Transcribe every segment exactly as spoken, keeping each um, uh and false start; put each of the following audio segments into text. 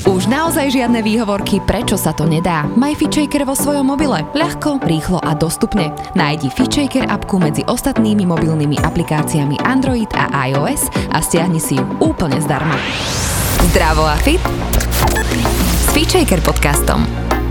Už naozaj žiadne výhovorky, prečo sa to nedá. Maj FitShaker vo svojom mobile. Ľahko, rýchlo a dostupne. Nájdi FitShaker appku medzi ostatnými mobilnými aplikáciami Android a iOS a stiahni si ju úplne zdarma. Zdravo a fit s FitShaker podcastom.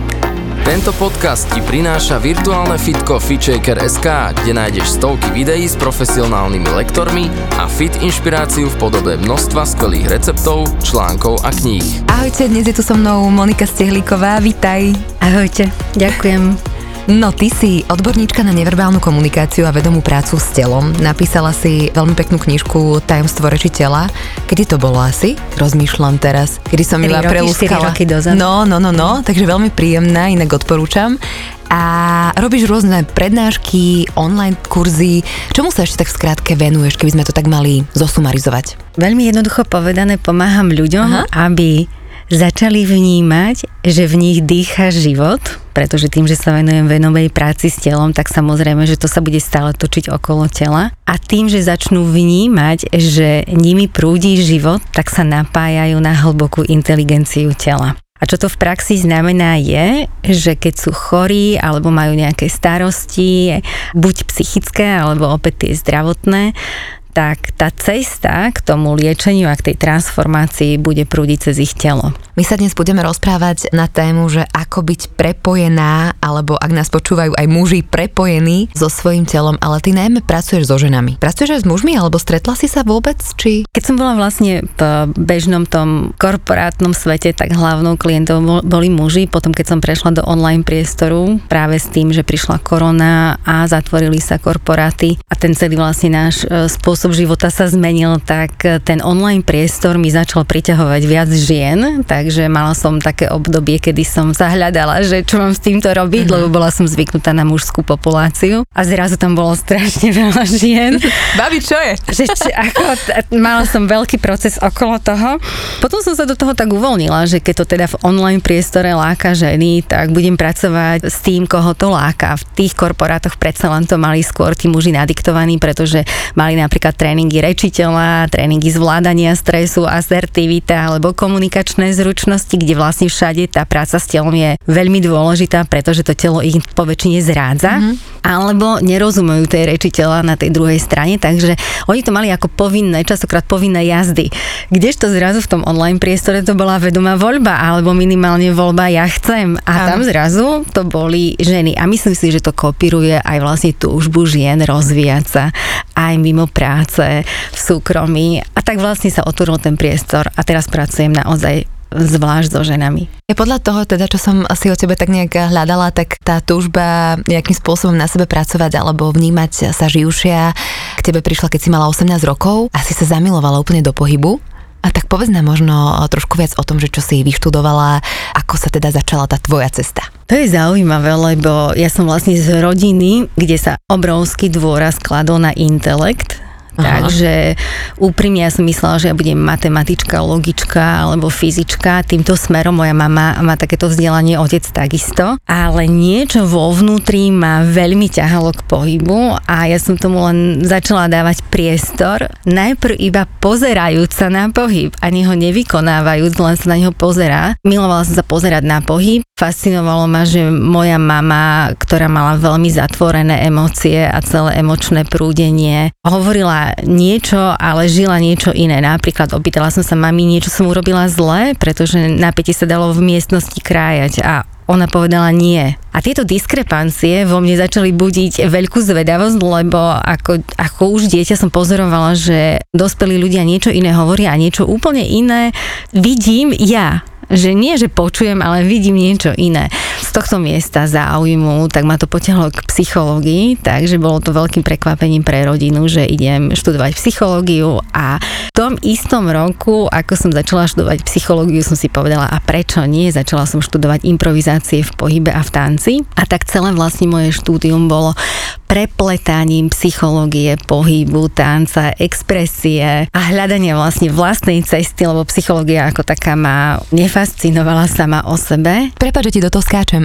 Tento podcast ti prináša virtuálne fitko FitShaker bodka es ká, kde nájdeš stovky videí s profesionálnymi lektormi a fit inšpiráciu v podobe množstva skvelých receptov, článkov a kníh. Ahojte, dnes je tu so mnou Monika Stehlíková, vitaj. Ahojte, ďakujem. No, ty si odborníčka na neverbálnu komunikáciu a vedomú prácu s telom. Napísala si veľmi peknú knižku Tajomstvo reči tela. Kedy to bolo asi? Rozmýšľam teraz. Kedy som ju prelúskala. štyri roky dozadu. No, no, no, no. Takže veľmi príjemná, inak odporúčam. A robíš rôzne prednášky, online kurzy. Čomu sa ešte tak v skratke venuješ, keby sme to tak mali zosumarizovať? Veľmi jednoducho povedané, pomáham ľuďom, Aha. aby začali vnímať, že v nich dýcha život, pretože tým, že sa venujem vedomej práci s telom, tak samozrejme, že to sa bude stále točiť okolo tela. A tým, že začnú vnímať, že nimi prúdi život, tak sa napájajú na hlbokú inteligenciu tela. A čo to v praxi znamená je, že keď sú chorí alebo majú nejaké starosti, buď psychické alebo opäť tie zdravotné, tak tá cesta k tomu liečeniu a k tej transformácii bude prúdiť cez ich telo. My sa dnes budeme rozprávať na tému, že ako byť prepojená, alebo ak nás počúvajú aj muži, prepojení so svojím telom, ale ty najmä pracuješ so ženami. Pracuješ aj s mužmi, alebo stretla si sa vôbec? Či... Keď som bola vlastne v bežnom tom korporátnom svete, tak hlavnou klientou boli muži. Potom, keď som prešla do online priestoru, práve s tým, že prišla korona a zatvorili sa korporáty a ten celý vlastne náš spôsob života sa zmenil, tak ten online priestor mi začal priťahovať viac žien, takže mala som také obdobie, kedy som sa hľadala, že čo mám s týmto robiť, uh-huh. lebo bola som zvyknutá na mužskú populáciu a zrazu tam bolo strašne veľa žien. Babi, čo je? Že, či, ako, mala som veľký proces okolo toho. Potom som sa do toho tak uvoľnila, že keď to teda v online priestore láka ženy, tak budem pracovať s tým, koho to láka. V tých korporátoch predsa len to mali skôr tí muži nadiktovaní, pretože mali napríklad tréningy rečiteľa, tréningy zvládania stresu, asertivita alebo komunikačné zručnosti, kde vlastne všade tá práca s telom je veľmi dôležitá, pretože to telo ich po väčšine zrádza, mm-hmm. alebo nerozumejú tej rečiteľa na tej druhej strane, takže oni to mali ako povinné, častokrát povinné jazdy. Kdežto zrazu v tom online priestore to bola vedomá voľba, alebo minimálne voľba ja chcem. A tam zrazu to boli ženy. A myslím si, že to kopíruje aj vlastne túžbu žien rozvíjať sa aj mimo práce, v súkromí. A tak vlastne sa otvoril ten priestor a teraz pracujem naozaj zvlášť so ženami. Ja podľa toho teda, čo som asi o tebe tak nejak hľadala, tak tá túžba nejakým spôsobom na sebe pracovať alebo vnímať sa živšia k tebe prišla, keď si mala osemnásť rokov a si sa zamilovala úplne do pohybu. A tak povedz nám možno trošku viac o tom, že čo si vyštudovala, ako sa teda začala tá tvoja cesta. To je zaujímavé, lebo ja som vlastne z rodiny, kde sa obrovský dôraz kladol na intelekt. Aha. Takže úprimne ja som myslela, že ja budem matematička, logička alebo fyzička. Týmto smerom moja mama má takéto vzdelanie, otec takisto. Ale niečo vo vnútri ma veľmi ťahalo k pohybu a ja som tomu len začala dávať priestor. Najprv iba pozerajúc sa na pohyb, ani ho nevykonávajúc, len sa na neho pozerá. Milovala som sa pozerať na pohyb. Fascinovalo ma, že moja mama, ktorá mala veľmi zatvorené emócie a celé emočné prúdenie, hovorila niečo, ale žila niečo iné. Napríklad opýtala som sa mami, niečo som urobila zle, pretože napätie sa dalo v miestnosti krájať a ona povedala nie. A tieto diskrepancie vo mne začali budiť veľkú zvedavosť, lebo ako, ako už dieťa som pozorovala, že dospelí ľudia niečo iné hovoria a niečo úplne iné vidím ja. Že nie, že počujem, ale vidím niečo iné. Z tohto miesta záujmu, tak ma to potiahlo k psychológii, takže bolo to veľkým prekvapením pre rodinu, že idem študovať psychológiu a v tom istom roku, ako som začala študovať psychológiu, som si povedala, a prečo nie? Začala som študovať improvizácie v pohybe a v tanci a tak celé vlastne moje štúdium bolo prepletaním psychológie, pohybu, tanca, expresie a hľadania vlastne vlastnej cesty, lebo psychológia ako taká ma nefascinovala sama o sebe. Prepáč, že ti do toho skáčem.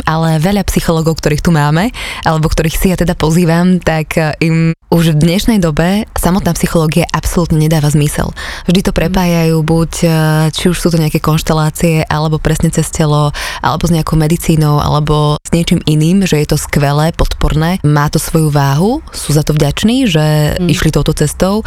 ale veľa psychológov, ktorých tu máme, alebo ktorých si ja teda pozývam, tak im už v dnešnej dobe samotná psychológia absolútne nedáva zmysel. Vždy to prepájajú buď, či už sú to nejaké konštelácie, alebo presne cez telo, alebo s nejakou medicínou, alebo s niečím iným, že je to skvelé, podporné, má to svoju váhu, sú za to vďační, že mm. išli touto cestou,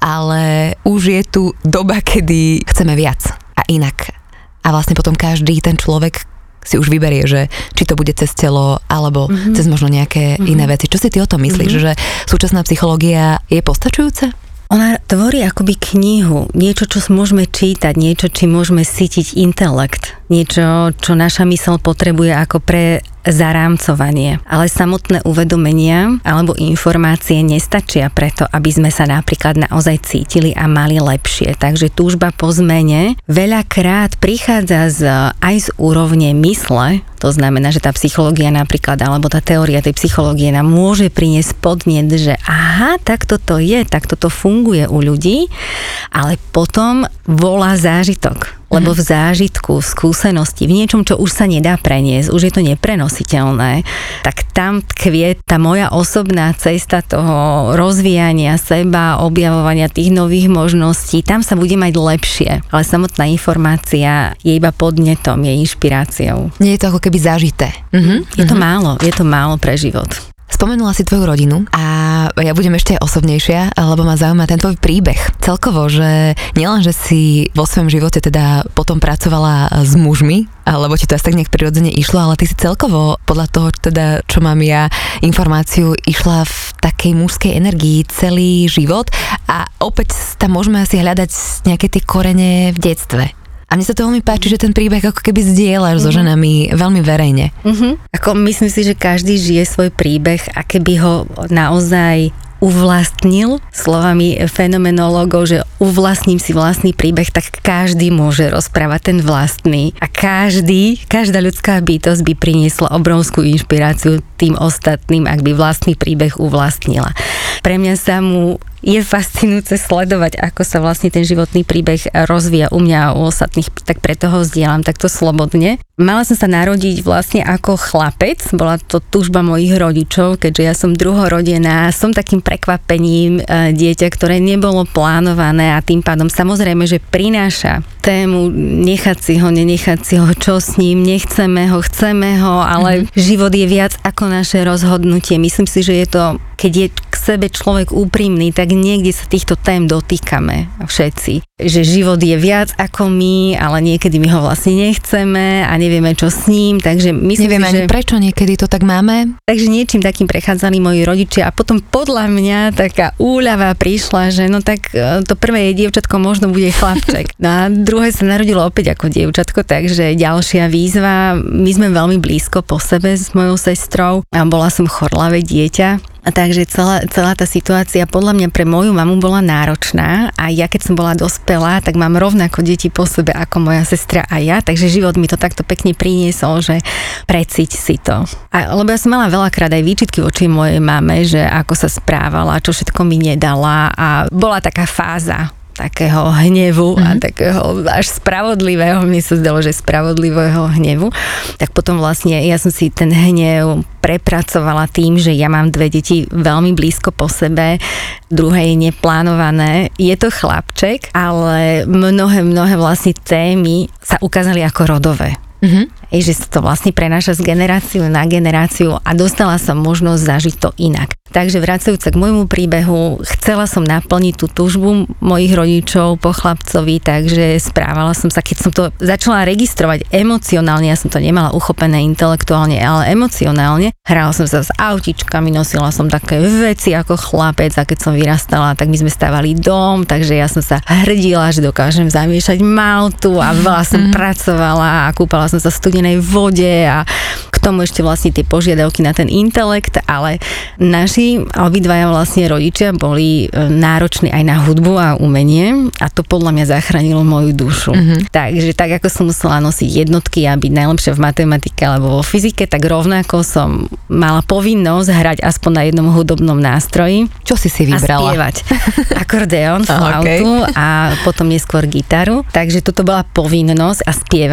ale už je tu doba, kedy chceme viac a inak. A vlastne potom každý ten človek si už vyberie, že či to bude cez telo, alebo mm-hmm. cez možno nejaké mm-hmm. iné veci. Čo si ty o tom myslíš, mm-hmm. že súčasná psychológia je postačujúca? Ona tvorí akoby knihu, niečo, čo môžeme čítať, niečo, či môžeme cítiť intelekt, niečo, čo naša mysl potrebuje ako pre zarámcovanie. Ale samotné uvedomenia alebo informácie nestačia preto, aby sme sa napríklad naozaj cítili a mali lepšie. Takže túžba po zmene veľakrát prichádza z, aj z úrovne mysle. To znamená, že tá psychológia napríklad, alebo tá teória tej psychológie nám môže priniesť podnet, že aha, tak toto je, tak toto funguje u ľudí, ale potom volá zážitok. Lebo v zážitku, v skúsenosti, v niečom, čo už sa nedá preniesť, už je to neprenositeľné, tak tam tkvie tá moja osobná cesta toho rozvíjania seba, objavovania tých nových možností, tam sa bude mať lepšie. Ale samotná informácia je iba podnetom, je inšpiráciou. Nie je to ako keby zažité. Mhm. Je to málo, je to málo pre život. Spomenula si tvoju rodinu a ja budem ešte osobnejšia, lebo ma zaujíma ten tvoj príbeh. Celkovo, že nielen, že si vo svojom živote teda potom pracovala s mužmi, alebo ti to asi tak nejak prirodzene išlo, ale ty si celkovo podľa toho, teda, čo mám ja informáciu, išla v takej mužskej energii celý život a opäť tam môžeme asi hľadať nejaké tie korene v detstve. A mne sa to veľmi páči, že ten príbeh ako keby zdieľaš mm-hmm. so ženami veľmi verejne. Mm-hmm. Ako myslím si, že každý žije svoj príbeh a keby ho naozaj uvlastnil, slovami fenomenológov, že uvlastním si vlastný príbeh, tak každý môže rozprávať ten vlastný. A každý, každá ľudská bytosť by priniesla obrovskú inšpiráciu tým ostatným, ak by vlastný príbeh uvlastnila. Pre mňa sa mu je fascinujúce sledovať, ako sa vlastne ten životný príbeh rozvíja u mňa a u ostatných, tak preto ho zdieľam takto slobodne. Mala som sa narodiť vlastne ako chlapec, bola to túžba mojich rodičov, keďže ja som druhorodená, som takým prekvapením e, dieťa, ktoré nebolo plánované a tým pádom samozrejme, že prináša tému nechať si ho, nenechať si ho, čo s ním, nechceme ho, chceme ho, ale mm-hmm. život je viac ako naše rozhodnutie. Myslím si, že je to, keď je k sebe človek úprimný, tak niekde sa týchto tém dotýkame všetci. Že život je viac ako my, ale niekedy my ho vlastne nechceme a nevieme, čo s ním, takže myslím Nevieme si, že... ani prečo niekedy to tak máme. Takže niečím takým prechádzali moji rodičia a potom podľa mňa taká úľava prišla, že no tak to prvé je dievčatko, možno bude chlapček. No a druhé sa narodilo opäť ako dievčatko, takže ďalšia výzva. My sme veľmi blízko po sebe s mojou sestrou a bola som chorlavé dieťa. A takže celá, celá tá situácia podľa mňa pre moju mamu bola náročná a ja keď som bola dospelá, tak mám rovnako deti po sebe ako moja sestra a ja, takže život mi to takto pekne priniesol, že precíť si to. A, lebo ja som mala veľakrát aj výčitky voči mojej mame, že ako sa správala, čo všetko mi nedala a bola taká fáza takého hnevu mm-hmm. a takého až spravodlivého, mne sa zdalo, že spravodlivého hnevu, tak potom vlastne ja som si ten hnev prepracovala tým, že ja mám dve deti veľmi blízko po sebe, druhé je neplánované, je to chlapček, ale mnohé, mnohé vlastne témy sa ukázali ako rodové. Mm-hmm. Že sa to vlastne prenáša z generáciu na generáciu a dostala som možnosť zažiť to inak. Takže vracajúca k môjmu príbehu, chcela som naplniť tú túžbu mojich rodičov po chlapcovi, takže správala som sa, keď som to začala registrovať emocionálne, ja som to nemala uchopené intelektuálne, ale emocionálne, hrala som sa s autičkami, nosila som také veci ako chlapec a keď som vyrastala, tak my sme stavali dom, takže ja som sa hrdila, že dokážem zamiešať maltu a veľa som mm-hmm. pracovala a kúpala som sa v studenej vode a k tomu ešte vlastne tie požiadavky na ten intelekt, ale naši obidvaja vlastne rodičia boli nároční aj na hudbu a umenie a to podľa mňa zachránilo moju dušu. Mm-hmm. Takže tak ako som musela nosiť jednotky a byť najlepšia v matematike alebo vo fyzike, tak rovnako som mala povinnosť hrať aspoň na jednom hudobnom nástroji. Čo si si vybrala? A spievať. Akordeón, flautu okay. a potom neskôr gitaru. Takže toto bola povinnosť a spievať.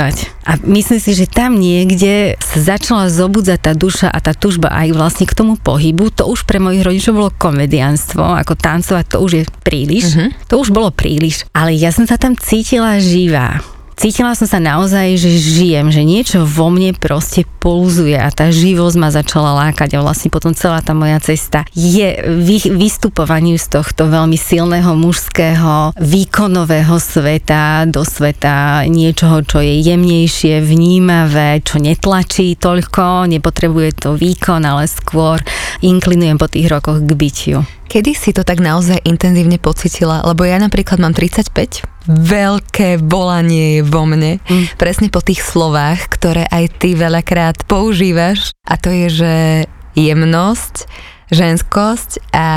A myslím si, že tam niekde sa začala zobudzať tá duša a tá tužba aj vlastne k tomu pohybu. To už pre mojich rodičov bolo komediánstvo, ako tancovať to už je príliš. Uh-huh. To už bolo príliš. Ale ja som sa tam cítila živá. Cítila som sa naozaj, že žijem, že niečo vo mne proste pulzuje a tá živosť ma začala lákať a vlastne potom celá tá moja cesta je vy, vystupovaniu z tohto veľmi silného mužského výkonového sveta do sveta niečoho, čo je jemnejšie, vnímavé, čo netlačí toľko, nepotrebuje to výkon, ale skôr inklinujem po tých rokoch k bytiu. Kedy si to tak naozaj intenzívne pocítila? Lebo ja napríklad mám tridsaťpäť, veľké volanie je vo mne, mm. presne po tých slovách, ktoré aj ty veľakrát používaš, a to je, že jemnosť, ženskosť a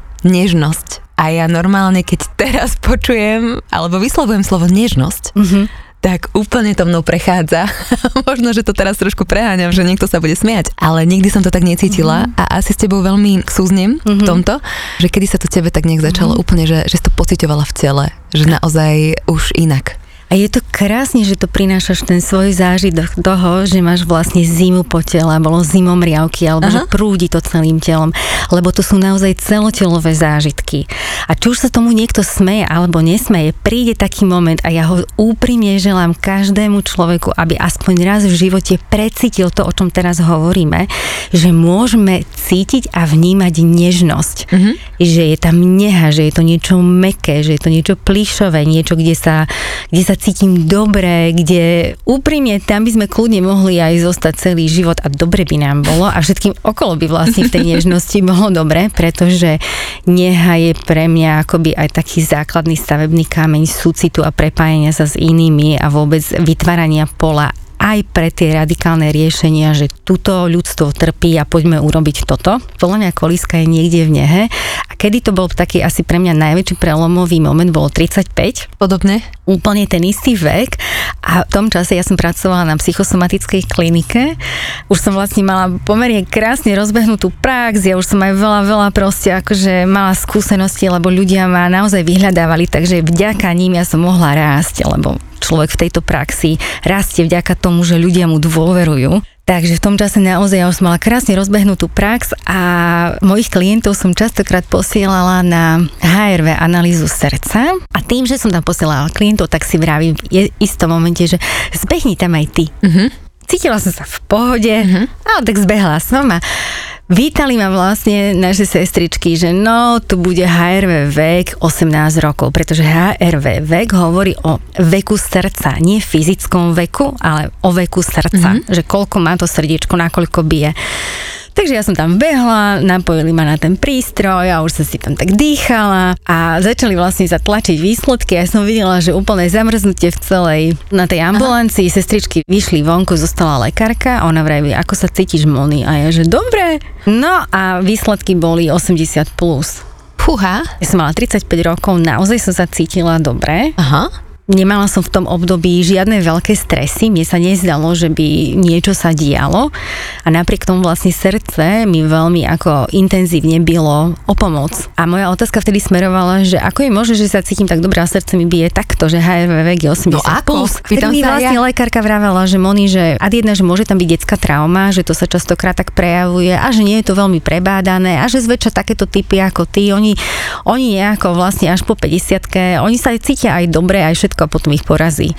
nežnosť. A ja normálne, keď teraz počujem, alebo vyslovujem slovo nežnosť, mm-hmm. tak úplne to mnou prechádza. Možno, že to teraz trošku preháňam, že niekto sa bude smiať, ale nikdy som to tak necítila mm-hmm. a asi s tebou veľmi súznem mm-hmm. v tomto, že kedy sa to tebe tak nejak začalo mm-hmm. úplne, že, že si to pociťovala v tele, že naozaj už inak. A je to krásne, že to prinášaš ten svoj zážitok toho, že máš vlastne zimu po tele, bolo zimom riavky, alebo Aha. že prúdi to celým telom, lebo to sú naozaj celotelové zážitky. A či už sa tomu niekto smeje alebo nesmeje, príde taký moment a ja ho úprimne želám každému človeku, aby aspoň raz v živote precítil to, o čom teraz hovoríme, že môžeme cítiť a vnímať nežnosť. Uh-huh. Že je tam neha, že je to niečo mäkké, že je to niečo plyšové, niečo, kde sa, kde sa cítim dobre, kde úprimne tam by sme kľudne mohli aj zostať celý život a dobre by nám bolo a všetkým okolo by vlastne v tej nežnosti bolo dobre, pretože neha je pre mňa akoby aj taký základný stavebný kameň súcitu a prepájania sa s inými a vôbec vytvárania pola aj pre tie radikálne riešenia, že tuto ľudstvo trpí a poďme urobiť toto. Podľa mňa kolíska je niekde v nehe. A kedy to bol taký asi pre mňa najväčší prelomový moment, bolo tridsaťpäť. Podobne. Úplne ten istý vek. A v tom čase ja som pracovala na psychosomatickej klinike. Už som vlastne mala pomerne krásne rozbehnutú prax. Ja už som aj veľa, veľa proste akože mala skúsenosti, lebo ľudia ma naozaj vyhľadávali, takže vďaka ním ja som mohla rásť, lebo človek v tejto praxi rastie vďaka tomu, že ľudia mu dôverujú. Takže v tom čase naozaj ja už som mala krásne rozbehnutú prax a mojich klientov som častokrát posielala na há er vé analýzu srdca a tým, že som tam posielala klientov, tak si vravím v istom momente, že zbehni tam aj ty. Uh-huh. Cítila som sa v pohode, uh-huh. ale tak zbehla som a vítali ma vlastne naše sestričky, že no, tu bude há er vé vek osemnásť rokov, pretože há er vé vek hovorí o veku srdca, nie fyzickom veku, ale o veku srdca, mm-hmm. že koľko má to srdiečko, nakoľko bije. Takže ja som tam behla, napojili ma na ten prístroj a už som si tam tak dýchala a začali vlastne zatlačiť výsledky a ja som videla, že úplne zamrznutie v celej na tej ambulancii. Aha. Sestričky vyšli vonku, zostala lekárka a ona vraví, ako sa cítiš, Moni? A ja, že dobre. No a výsledky boli osemdesiat plus. Fúha. Ja som mala tridsaťpäť rokov, naozaj som sa cítila dobre. Aha. Nemala som v tom období žiadne veľké stresy, mne sa nezdalo, že by niečo sa dialo a napriek tomu vlastne srdce mi veľmi ako intenzívne bilo o pomoc. A moja otázka vtedy smerovala, že ako je možné, že sa cítim tak dobre a srdce mi bije takto, že há er vé vek je osemdesiat plus. No ako? Vtedy mi vlastne ja. lekárka vravela, že Moni, že ad jedna, že môže tam byť detská trauma, že to sa častokrát tak prejavuje a že nie je to veľmi prebádané a že zväčša takéto typy ako ty, oni, oni nejako vlastne až po päťdesiatke, oni sa aj cítia aj dobre, aj všetko a potom ich porazí.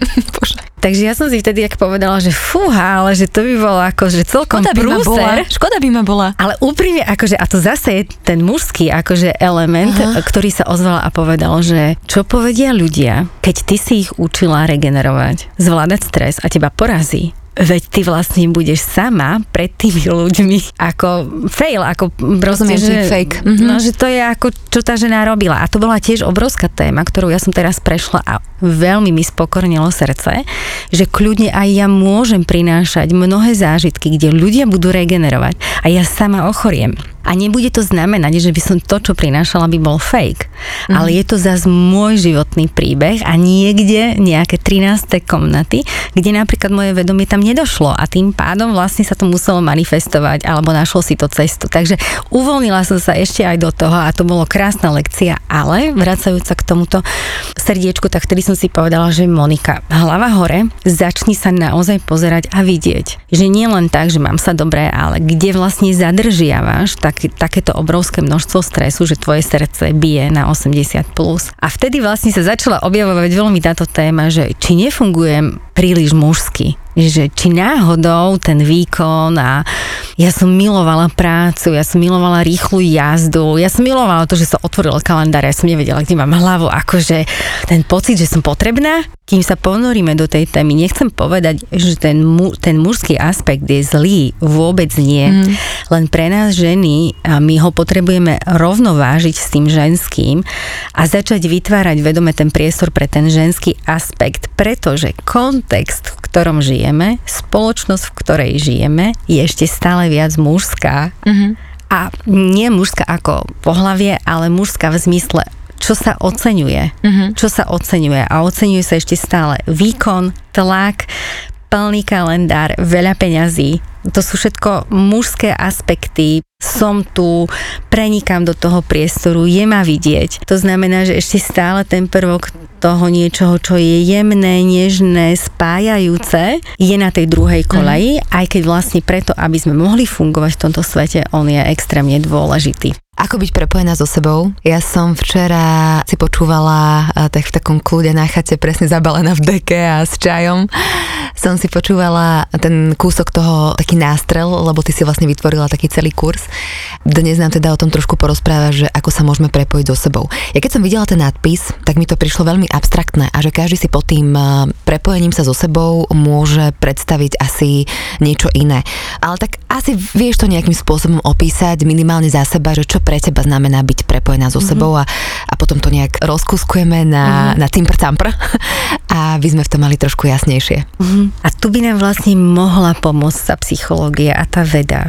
Takže ja som si vtedy jak povedala, že fúha, ale že to by bolo akože celkom prúser. Škoda by ma bola. Ale úprimne, akože, a to zase je ten mužský akože element, Aha. ktorý sa ozval a povedal, že čo povedia ľudia, keď ty si ich učila regenerovať, zvládať stres a teba porazí. Veď ty vlastne budeš sama pred tými ľuďmi ako fail, ako proste, že, fake. Mm-hmm. No, že to je ako, čo tá žena robila. A to bola tiež obrovská téma, ktorú ja som teraz prešla a veľmi mi spokornilo srdce, že kľudne aj ja môžem prinášať mnohé zážitky, kde ľudia budú regenerovať a ja sama ochoriem. A nebude to znamenať, že by som to, čo prinášala, by bol fake. Mm. Ale je to zase môj životný príbeh a niekde nejaké trináste komnaty, kde napríklad moje vedomie tam nedošlo a tým pádom vlastne sa to muselo manifestovať alebo našlo si to cestu. Takže uvoľnila som sa ešte aj do toho a to bolo krásna lekcia, ale vracajúca k tomuto srdiečku, tak vtedy som si povedala, že Monika, hlava hore, začni sa naozaj pozerať a vidieť, že nie len tak, že mám sa dobré, ale kde vlastne zadržiavaš tak, takéto obrovské množstvo stresu, že tvoje srdce bije na osemdesiat plus. A vtedy vlastne sa začala objavovať veľmi táto téma, že či nefungujem príliš mužsky, že či náhodou ten výkon a ja som milovala prácu, ja som milovala rýchlu jazdu, ja som milovala to, že sa otvoril kalendár, ja som nevedela, kde mám hlavu, akože ten pocit, že som potrebná. Kým sa ponoríme do tej témy, nechcem povedať, že ten, mu, ten mužský aspekt je zlý, vôbec nie. Mm. Len pre nás ženy, a my ho potrebujeme rovnovážiť s tým ženským a začať vytvárať vedome ten priestor pre ten ženský aspekt, pretože kontext, v ktorom žijeme, spoločnosť, v ktorej žijeme, je ešte stále viac mužská. Mm-hmm. A nie mužská ako pohlavie, ale mužská v zmysle čo sa oceňuje. Mm-hmm. Čo sa oceňuje. A oceňuje sa ešte stále výkon, tlak, plný kalendár, veľa peňazí. To sú všetko mužské aspekty. Som tu, prenikám do toho priestoru, je ma vidieť. To znamená, že ešte stále ten prvok toho niečoho, čo je jemné, nežné, spájajúce, je na tej druhej kolaji, mm. aj keď vlastne preto, aby sme mohli fungovať v tomto svete, on je extrémne dôležitý. Ako byť prepojená so sebou? Ja som včera si počúvala tak v takom kľude na chate, presne zabalená v deke a s čajom. Som si počúvala ten kúsok toho, taký nástrel, lebo ty si vlastne vytvorila taký celý kurz. Dnes nám teda o tom trošku porozpráva, že ako sa môžeme prepojiť so sebou. Ja keď som videla ten nadpis, tak mi to prišlo veľmi abstraktné a že každý si pod tým prepojením sa so sebou môže predstaviť asi niečo iné. Ale tak asi vieš to nejakým spôsobom opísať minimálne za seba, že čo pre teba znamená byť prepojená so sebou a, a potom to nejak rozkúskujeme na, mm-hmm. na cimpr-campr a by sme v tom mali trošku jasnejšie. Mm-hmm. A tu by nám vlastne mohla pomôcť tá psychológia a tá veda,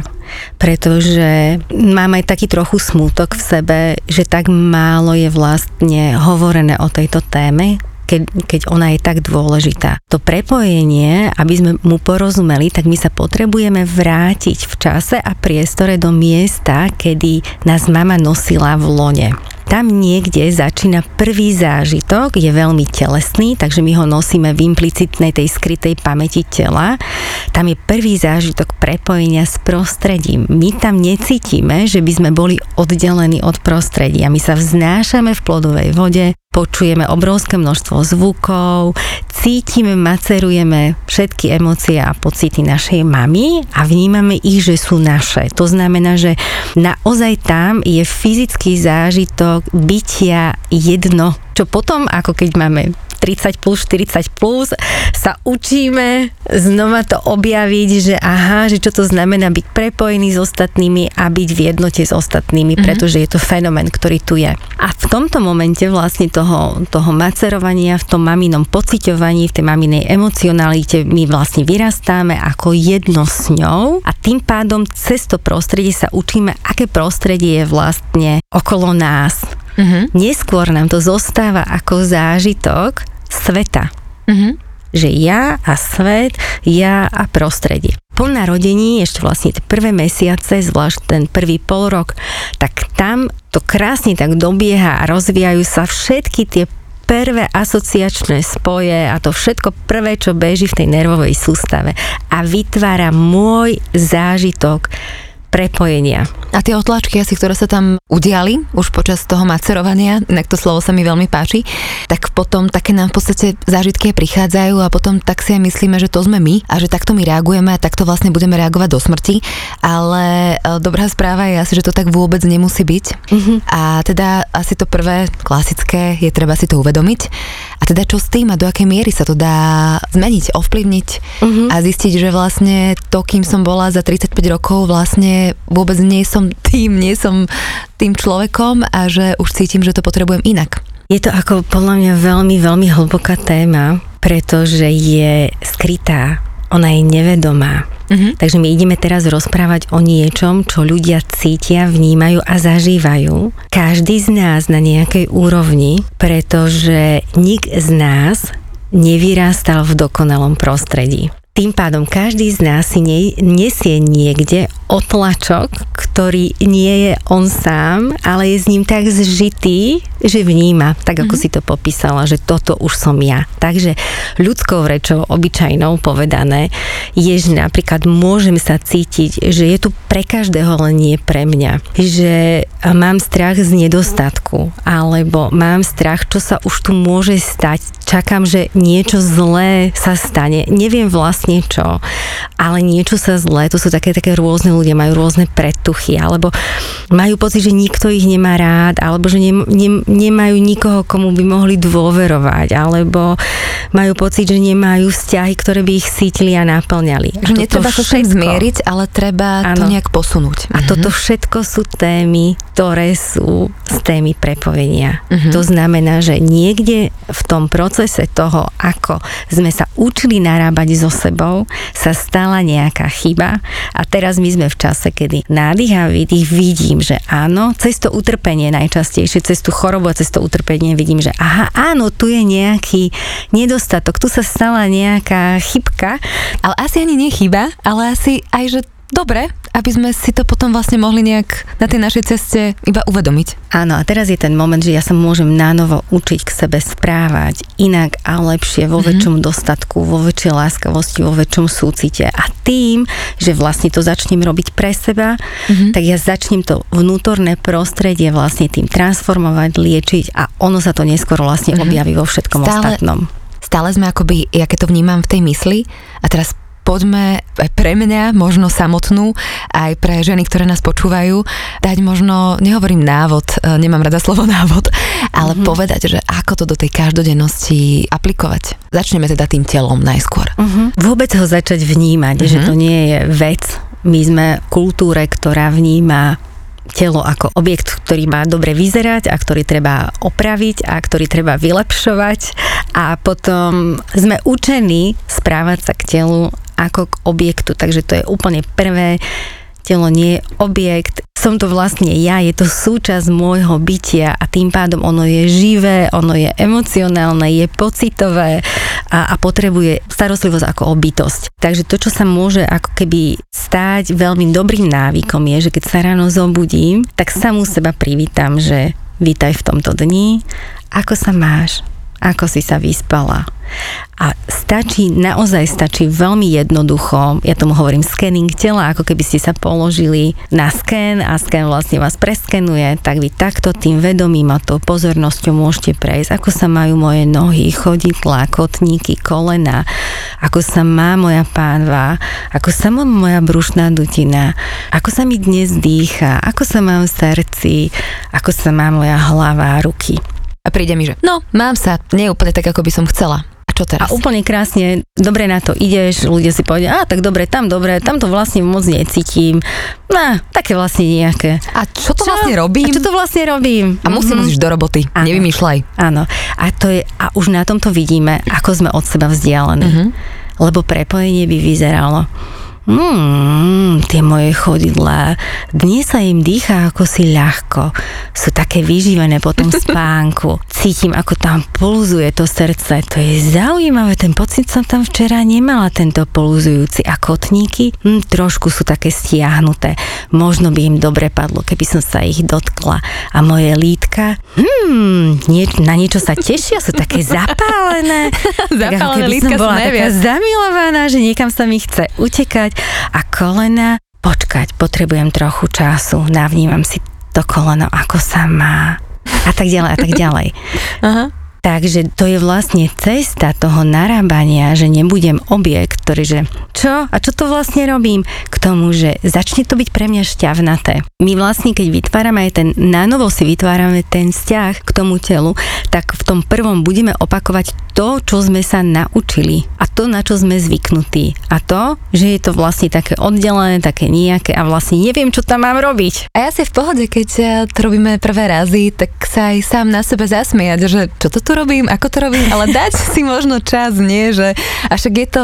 pretože mám aj taký trochu smútok v sebe, že tak málo je vlastne hovorené o tejto téme, Keď, keď ona je tak dôležitá. To prepojenie, aby sme mu porozumeli, tak my sa potrebujeme vrátiť v čase a priestore do miesta, kedy nás mama nosila v lone. Tam niekde začína prvý zážitok, je veľmi telesný, takže my ho nosíme v implicitnej tej skrytej pamäti tela. Tam je prvý zážitok prepojenia s prostredím. My tam necítime, že by sme boli oddelení od prostredia. My sa vznášame v plodovej vode, počujeme obrovské množstvo zvukov, cítime, macerujeme všetky emócie a pocity našej mamy a vnímame ich, že sú naše. To znamená, že naozaj tam je fyzický zážitok bytia jedno, čo potom, ako keď máme tridsať plus, štyridsať plus, sa učíme znova to objaviť, že aha, že čo to znamená byť prepojený s ostatnými a byť v jednote s ostatnými, mm-hmm. pretože je to fenomén, ktorý tu je. A v tomto momente vlastne toho, toho macerovania, v tom maminom pociťovaní, v tej maminej emocionalite my vlastne vyrastáme ako jedno s ňou a tým pádom cez to prostredie sa učíme, aké prostredie je vlastne okolo nás. Mm-hmm. Neskôr nám to zostáva ako zážitok sveta. Mm-hmm. Že ja a svet, ja a prostredie. Po narodení, ešte vlastne tie prvé mesiace, zvlášť ten prvý pol rok, tak tam to krásne tak dobieha a rozvíjajú sa všetky tie prvé asociačné spoje a to všetko prvé, čo beží v tej nervovej sústave a vytvára môj zážitok prepojenia. A tie otlačky asi, ktoré sa tam udiali už počas toho macerovania, inak to slovo sa mi veľmi páči, tak potom také nám v podstate zážitky prichádzajú a potom tak si aj myslíme, že to sme my a že takto my reagujeme a takto vlastne budeme reagovať do smrti, ale dobrá správa je asi, že to tak vôbec nemusí byť. Mm-hmm. A teda asi to prvé klasické je treba si to uvedomiť a teda čo s tým a do akej miery sa to dá zmeniť, ovplyvniť mm-hmm. a zistiť, že vlastne to, kým som bola za tridsaťpäť rokov, vlastne vôbec nie som tým, nie som tým človekom a že už cítim, že to potrebujem inak. Je to ako podľa mňa veľmi, veľmi hlboká téma, pretože je skrytá ona je nevedomá. Uh-huh. Takže my ideme teraz rozprávať o niečom, čo ľudia cítia, vnímajú a zažívajú. Každý z nás na nejakej úrovni, pretože nik z nás nevyrástal v dokonalom prostredí. Tým pádom každý z nás si nie, nesie niekde otlačok, ktorý nie je on sám, ale je s ním tak zžitý, že vníma, tak ako mm-hmm. si to popísala, že toto už som ja. Takže ľudskou rečou, obyčajnou povedané, je, že napríklad môžem sa cítiť, že je tu pre každého, len nie pre mňa. Že mám strach z nedostatku, alebo mám strach, čo sa už tu môže stať. Čakám, že niečo zlé sa stane. Neviem vlastne čo, ale niečo sa zlé. To sú také, také rôzne ľudia, majú rôzne predtuchy, alebo majú pocit, že nikto ich nemá rád, alebo že ne, ne, nemajú nikoho, komu by mohli dôverovať, alebo majú pocit, že nemajú vzťahy, ktoré by ich cítili a naplňali. A že netreba sa s tým zmieriť, ale treba áno, to nejak posunúť. A mhm. toto všetko sú témy, ktoré sú z témy prepojenia. Mhm. To znamená, že niekde v tom procese toho, ako sme sa učili narábať so sebou, sa stala nejaká chyba a teraz my sme v čase, kedy nádych a výdych vidím, že áno, cez to utrpenie najčastejšie, cez tú chorobu a cez to utrpenie vidím, že aha, áno, tu je nejaký nedostatok, tu sa stala nejaká chybka. Ale asi ani nie chyba, ale asi aj, že dobre, aby sme si to potom vlastne mohli nejak na tej našej ceste iba uvedomiť. Áno, a teraz je ten moment, že ja sa môžem nánovo učiť k sebe správať inak a lepšie, vo mm-hmm. väčšom dostatku, vo väčšej láskavosti, vo väčšom súcite. A tým, že vlastne to začnem robiť pre seba, mm-hmm. tak ja začnem to vnútorné prostredie vlastne tým transformovať, liečiť a ono sa to neskôr vlastne mm-hmm. objaví vo všetkom stále, ostatnom. Stále sme akoby, ja keď to vnímam v tej mysli a teraz poďme aj pre mňa, možno samotnú, aj pre ženy, ktoré nás počúvajú, dať možno, nehovorím návod, nemám rada slovo návod, ale mm-hmm. povedať, že ako to do tej každodennosti aplikovať. Začneme teda tým telom najskôr. Mm-hmm. Vôbec ho začať vnímať, mm-hmm. že to nie je vec. My sme v kultúre, ktorá vníma telo ako objekt, ktorý má dobre vyzerať a ktorý treba opraviť a ktorý treba vylepšovať a potom sme učení správať sa k telu ako k objektu, takže to je úplne prvé. Telo nie je objekt, som to vlastne ja, je to súčasť môjho bytia a tým pádom ono je živé, ono je emocionálne, je pocitové a, a potrebuje starostlivosť ako o bytosť. Takže to, čo sa môže ako keby stáť veľmi dobrým návykom je, že keď sa ráno zobudím, tak samú seba privítam, že vítaj v tomto dni, ako sa máš, ako si sa vyspala. A stačí, naozaj stačí veľmi jednoducho, ja tomu hovorím scanning tela, ako keby ste sa položili na sken a sken vlastne vás preskenuje, tak vy takto tým vedomím a tou pozornosťou môžete prejsť, ako sa majú moje nohy, chodidlá, kotníky, kolena, ako sa má moja pánva, ako sa má moja brušná dutina, ako sa mi dnes dýcha, ako sa mám v srdci, ako sa má moja hlava a ruky. A príde mi, že no, mám sa, nie úplne tak, ako by som chcela. A čo teraz? A úplne krásne, dobre na to ideš, ľudia si povedia, a tak dobre, tam dobre, tam to vlastne moc necítim. No, také vlastne nejaké. A čo to čo? vlastne robím? A čo to vlastne robím? A musím mm-hmm. ísť do roboty, áno. Nevymýšľaj. Áno, a to je, a už na tomto vidíme, ako sme od seba vzdialení. Mm-hmm. Lebo prepojenie by vyzeralo, Hmm, tie moje chodidlá, dnes sa im dýcha ako si ľahko, sú také vyživené po tom spánku, cítim, ako tam pulzuje to srdce, to je zaujímavé, ten pocit som tam včera nemala, tento pulzujúci a kotníky, hm, trošku sú také stiahnuté, možno by im dobre padlo, keby som sa ich dotkla a moje lítka, hmm, nie, na niečo sa tešia, sú také zapálené, zapálené som lítka bola taká zamilovaná, že niekam sa mi chce utekať. A kolena, počkať, potrebujem trochu času, navnímam si to koleno, ako sa má. A tak ďalej, a tak ďalej. Aha. Takže to je vlastne cesta toho narábania, že nebudem objekt, ktorý, že čo? A čo to vlastne robím? K tomu, že začne to byť pre mňa šťavnaté. My vlastne, keď vytvárame aj ten, nanovo si vytvárame ten vzťah k tomu telu, tak v tom prvom budeme opakovať to, čo sme sa naučili a to, na čo sme zvyknutí. A to, že je to vlastne také oddelené, také nejaké a vlastne neviem, čo tam mám robiť. A ja si v pohode, keď to robíme prvé razy, tak sa aj sám na sebe zasmiať, že čo to tu robím, ako to robím, ale dať si možno čas, nie, že a však je to, je to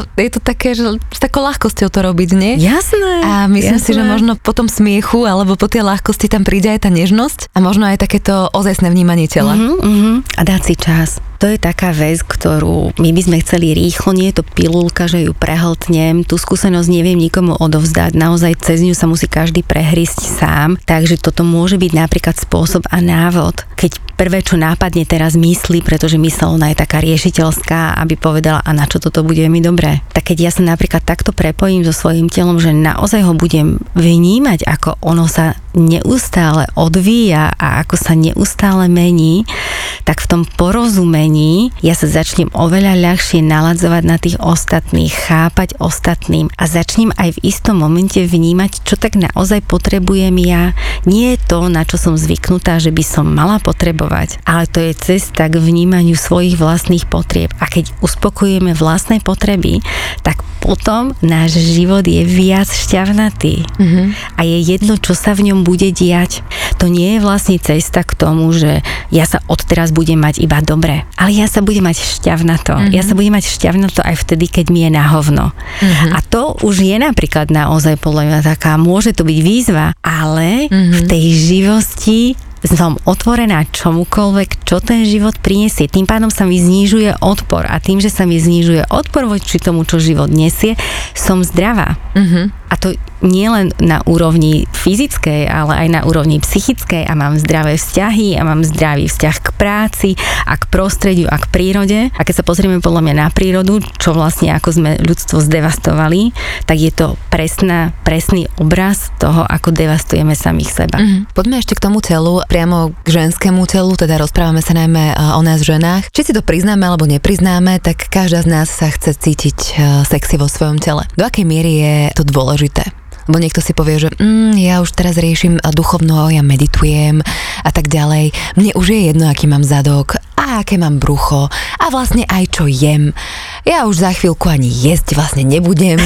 také, že s takou ľahkosťou to robiť, nie? Jasné. A myslím jasné. si, že možno po tom smiechu alebo po tej ľahkosti tam príde aj tá nežnosť a možno aj takéto ozajstné vnímanie tela. Uh-huh, uh-huh. A dať si čas. To je taká vec, ktorú my by sme chceli rýchlo, nie je to pilulka, že ju prehltnem, tú skúsenosť neviem nikomu odovzdať, naozaj cez ňu sa musí každý prehrísť sám, takže toto môže byť napríklad spôsob a návod, keď prvé, čo nápadne teraz myslí, pretože mysl ona je taká riešiteľská, aby povedala, a na čo toto bude mi dobré. Tak keď ja sa napríklad takto prepojím so svojím telom, že naozaj ho budem vnímať, ako ono sa neustále odvíja a ako sa neustále mení, tak v tom porozumení ja sa začnem oveľa ľahšie naladzovať na tých ostatných, chápať ostatným a začnem aj v istom momente vnímať, čo tak naozaj potrebujem ja. Nie je to, na čo som zvyknutá, že by som mala potrebovať, ale to je cesta k vnímaniu svojich vlastných potrieb. A keď uspokojujeme vlastné potreby, tak potom náš život je viac šťavnatý. Mm-hmm. A je jedno, čo sa v ňom bude diať. To nie je vlastne cesta k tomu, že ja sa odteraz budem mať iba dobre, ale ja sa budem mať šťavnato. Mm-hmm. Ja sa budem mať šťavnato aj vtedy, keď mi je na hovno. Mm-hmm. A to už je napríklad naozaj podľa mňa taká, môže to byť výzva, ale mm-hmm. v tej živosti som otvorená čomukoľvek, čo ten život prinesie. Tým pádom sa mi znižuje odpor a tým, že sa mi znižuje odpor voči tomu, čo život nesie, som zdravá. Mm-hmm. A to nie len na úrovni fyzickej, ale aj na úrovni psychickej a mám zdravé vzťahy a mám zdravý vzťah k práci a k prostrediu a k prírode. A keď sa pozrieme podľa mňa na prírodu, čo vlastne ako sme ľudstvo zdevastovali, tak je to presná, presný obraz toho, ako devastujeme samých seba. Mm-hmm. Poďme ešte k tomu telu, priamo k ženskému telu, teda rozprávame sa najmä o nás ženách. Či si to priznáme alebo nepriznáme, tak každá z nás sa chce cítiť sexy vo svojom tele. Do akej miery je to dôležité? Lebo niekto si povie, že mm, ja už teraz riešim duchovno, ja meditujem a tak ďalej. Mne už je jedno, aký mám zadok a aké mám brucho a vlastne aj čo jem. Ja už za chvíľku ani jesť vlastne nebudem.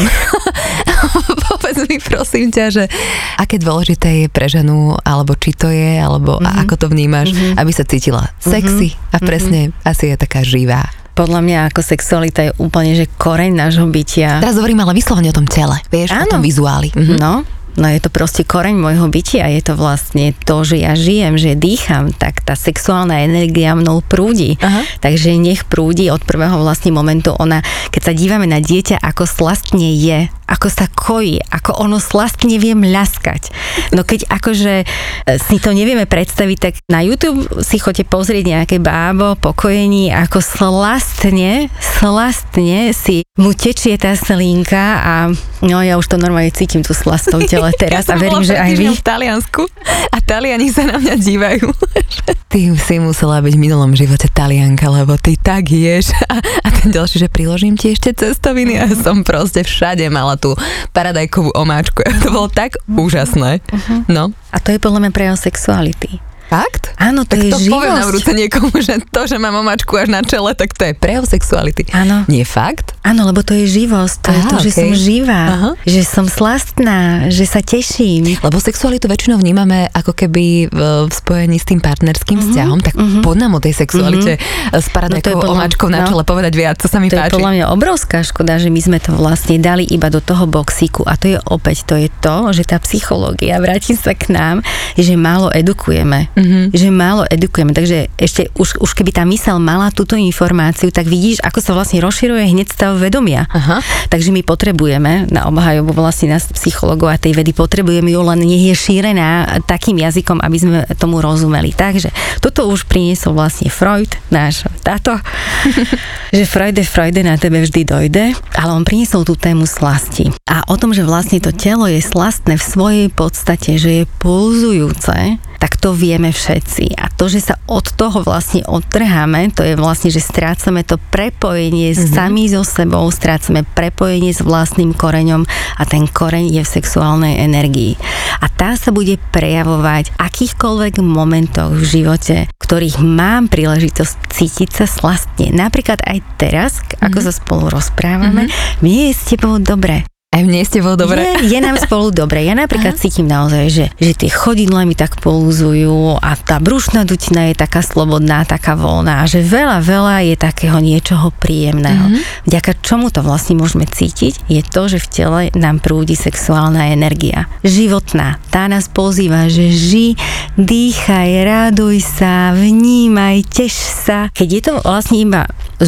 Povedz mi prosím ťa, že aké dôležité je pre ženu, alebo či to je, alebo mm-hmm. ako to vnímaš, mm-hmm. aby sa cítila sexy mm-hmm. a presne mm-hmm. asi je taká živá. Podľa mňa ako sexualita je úplne, že koreň nášho bytia. Teraz hovorím ale vyslovene o tom tele, vieš, áno. O tom vizuáli. Mhm. No, no je to proste koreň môjho bytia, je to vlastne to, že ja žijem, že dýcham, tak tá sexuálna energia mnou prúdi. Aha. Takže nech prúdi od prvého vlastne momentu. Ona, keď sa dívame na dieťa, ako slastne je, ako sa kojí, ako ono slastne vie mľaskať. No keď akože si to nevieme predstaviť, tak na YouTube si chodte pozrieť nejaké bábo po kojení, ako slastne, slastne si mu tečie tá slinka a no ja už to normálne cítim tú slastou tele teraz ja a verím, že aj vy. V Taliansku a Taliani sa na mňa dívajú. Ty si musela byť v minulom živote Talianka, lebo ty tak ješ a, a ten ďalší, že priložím ti ešte cestoviny a som proste všade mala tú paradajkovú omáčku. To bolo tak úžasné. Uh-huh. No. A to je podľa mňa prejav sexuality. Fakt? Áno, to tak je to živosť. Poviem na vrúce niekomu, že to, že mám omáčku až na čele, tak to je prejav sexuality. Áno. Nie fakt? Áno, lebo to je živosť, to Aha, je to, že okay. som živá, Aha. že som slastná, že sa teším. Lebo sexualitu väčšinou vnímame ako keby v, v spojení s tým partnerským uh-huh. vzťahom, tak uh-huh. poď nám o tej sexualite uh-huh. s paradajkovou no omáčkou na čele no, povedať viac, co sa mi to páči. To je podľa mňa obrovská škoda, že my sme to vlastne dali iba do toho boxíku a to je opäť, to je to, že tá psychológia, vrátim sa k nám, že málo edukujeme, uh-huh. že málo edukujeme, takže ešte už, už keby tá myseľ mala túto informáciu, tak vidíš, ako sa vlastne rozširuje hneď stav vedomia. Aha. Takže my potrebujeme na obhajobu vlastne nás psychológov a tej vedy potrebujeme ju, len nech je šírená takým jazykom, aby sme tomu rozumeli. Takže toto už priniesol vlastne Freud, náš táto, že Freude, Freude na tebe vždy dojde, ale on priniesol tú tému slasti. A o tom, že vlastne to telo je slastné v svojej podstate, že je pulzujúce, tak to vieme všetci. A to, že sa od toho vlastne odtrháme, to je vlastne, že strácame to prepojenie mm-hmm. sami so sebou, strácame prepojenie s vlastným koreňom a ten koreň je v sexuálnej energii. A tá sa bude prejavovať v akýchkoľvek momentoch v živote, v ktorých mám príležitosť cítiť sa slastne. Napríklad aj teraz, ako mm-hmm. sa spolu rozprávame, mm-hmm. mne je s tebou dobre. Aj mne s tebou dobre. Je, je nám spolu dobre. Ja napríklad Aha. cítim naozaj, že, že tie chodidlá mi tak polúzujú a tá brušná dutina je taká slobodná, taká voľná a že veľa, veľa je takého niečoho príjemného. Mm-hmm. Vďaka čomu to vlastne môžeme cítiť, je to, že v tele nám prúdi sexuálna energia. Životná. Tá nás pozýva, že ži, dýchaj, raduj sa, vnímaj, teš sa. Keď je to vlastne iba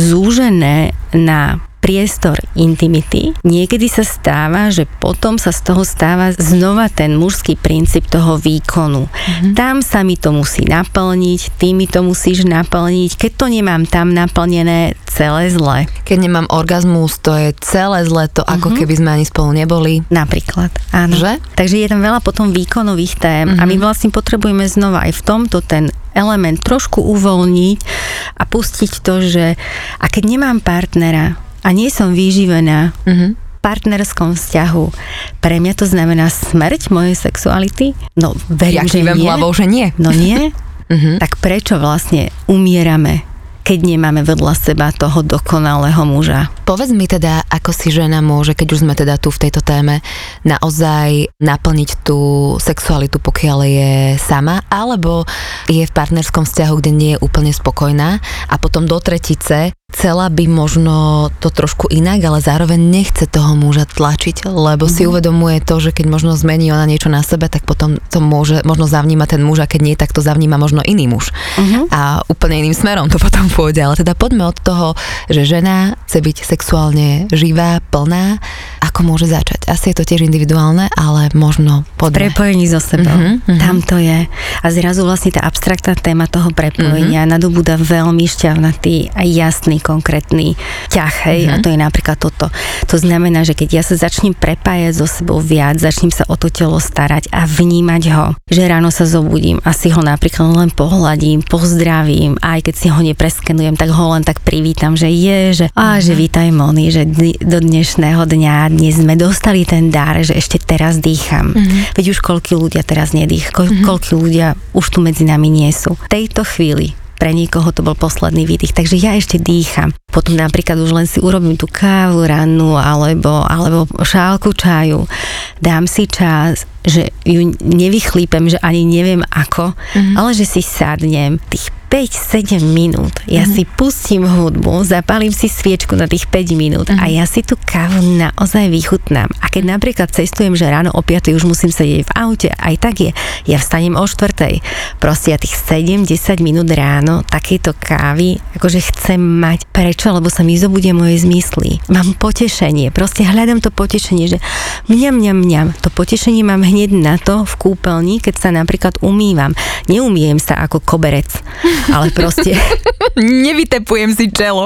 zúžené na priestor intimity, niekedy sa stáva, že potom sa z toho stáva znova ten mužský princíp toho výkonu. Mm-hmm. Tam sa mi to musí naplniť, ty mi to musíš naplniť, keď to nemám tam naplnené, celé zle. Keď nemám orgazmus, to je celé zle, to mm-hmm. ako keby sme ani spolu neboli. Napríklad, áno. Že? Takže je tam veľa potom výkonových tém mm-hmm. a my vlastne potrebujeme znova aj v tomto ten element trošku uvoľniť a pustiť to, že a keď nemám partnera, a nie som vyživená uh-huh. v partnerskom vzťahu, pre mňa to znamená smrť mojej sexuality? No, verím, ja že nie. hlavou, že nie. No nie? uh-huh. Tak prečo vlastne umierame, keď nemáme vedľa seba toho dokonalého muža? Povedz mi teda, ako si žena môže, keď už sme teda tu v tejto téme, naozaj naplniť tú sexualitu, pokiaľ je sama, alebo je v partnerskom vzťahu, kde nie je úplne spokojná a potom do tretice chcela by možno to trošku inak, ale zároveň nechce toho muža tlačiť, lebo mm-hmm. si uvedomuje to, že keď možno zmení ona niečo na sebe, tak potom to môže možno zavníma ten muž a keď nie, tak to zavníma možno iný muž. Mm-hmm. A úplne iným smerom to potom pôjde. Ale teda poďme od toho, že žena chce byť sexuálne živá, plná. Ako môže začať? Asi je to tiež individuálne, ale možno poďme. Prepojení so sebou. Mm-hmm. Tam to je. A zrazu vlastne tá abstraktná téma toho prepojenia mm-hmm. nadobúda veľmi šťavnatý a jasný konkrétny ťah, hej, uh-huh. a to je napríklad toto. To znamená, že keď ja sa začnem prepájať so sebou viac, začnem sa o to telo starať a vnímať ho, že ráno sa zobudím a si ho napríklad len pohľadím, pozdravím, a aj keď si ho nepreskenujem, tak ho len tak privítam, že je, že á, uh-huh. že vítaj Moni, že dni, do dnešného dňa dnes sme dostali ten dar, že ešte teraz dýcham. Uh-huh. Veď už koľkí ľudia teraz nedých, ko- uh-huh. koľkí ľudia už tu medzi nami nie sú. V tejto chvíli pre niekoho to bol posledný výdych, takže ja ešte dýcham. Potom napríklad už len si urobím tú kávu rannú alebo, alebo šálku čaju. Dám si čas, že ju nevychlípem, že ani neviem ako, mm-hmm. ale že si sadnem tých päť sedem minút. Ja mm-hmm. si pustím hudbu, zapálim si sviečku na tých päť minút mm-hmm. a ja si tú kávu naozaj vychutnám. A keď napríklad cestujem, že ráno o piatej už musím sedieť v aute, aj tak je. Ja vstanem o štvrtej. Proste ja tých sedem desať minút ráno takejto kávy, akože chcem mať. Prečo? Lebo sa mi zobudia moje zmysly. Mám potešenie. Proste hľadám to potešenie, že mňam, mňam, mňam. To potešenie mám hneď na to v kúpeľni, keď sa napríklad umývam. Neumýjem sa ako koberec. Ale proste... Nevytepujem si čelo.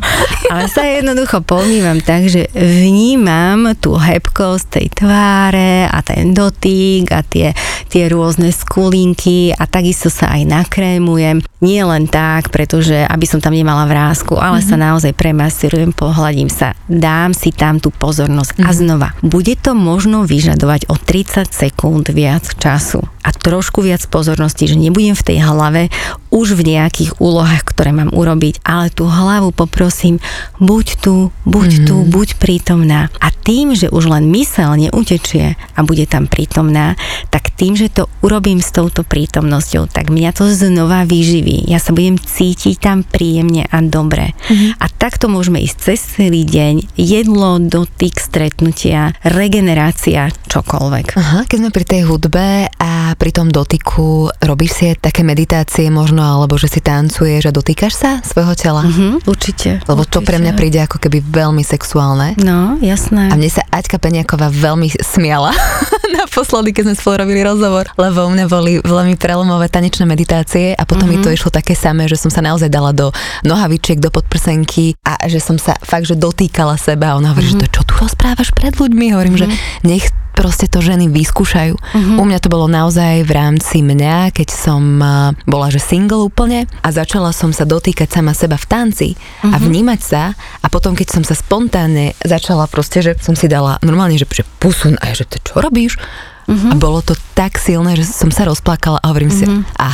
Ale sa jednoducho pomývam tak, že vnímam tú hebkosť tej tváre a ten dotyk a tie, tie rôzne skulinky a takisto sa aj nakrémujem. Nie len tak, pretože aby som tam nemala vrásku, ale mm-hmm. sa naozaj premasírujem, pohľadím sa, dám si tam tú pozornosť. Mm-hmm. A znova, bude to možno vyžadovať o tridsať sekúnd viac času a trošku viac pozornosti, že nebudem v tej hlave už v nejakých úlohách, ktoré mám urobiť, ale tú hlavu poprosím, buď tu, buď mm-hmm. tu, buď prítomná. A tým, že už len myseľ neutečie a bude tam prítomná, tak tým, že to urobím s touto prítomnosťou, tak mňa to znova vyživí. Ja sa budem cítiť tam príjemne a dobre. Mm-hmm. A takto môžeme ísť cez celý deň, jedlo, dotyk, stretnutia, regenerácia, čokoľvek. Aha, keď sme pri tej hudbe a pri tom dotyku, robíš si také meditácie možno, alebo že si tancuješ a dotýkaš sa svojho tela? Mm-hmm, určite. Lebo určite. To pre mňa príde ako keby veľmi sexuálne. No, jasné. A mne sa Aťka Peniaková veľmi smiala naposledy, keď sme spolu robili rozhovor, lebo u mňa boli veľmi prelomové tanečné meditácie a potom mm-hmm. mi to išlo také samé, že som sa naozaj dala do nohavičiek, do podprsenky a že som sa fakt, že dotýkala seba a ona hovorí, mm-hmm. že to čo tu rozprávaš pred ľuďmi? Hovorím, mm-hmm. že nech proste to ženy vyskúšajú. Uh-huh. U mňa to bolo naozaj v rámci mňa, keď som uh, bola že single úplne a začala som sa dotýkať sama seba v tanci uh-huh. a vnímať sa a potom, keď som sa spontánne začala proste, že som si dala normálne, že, že pusu a že to čo robíš? Uh-huh. A bolo to tak silné, že som sa rozplakala a hovorím uh-huh. si, aha,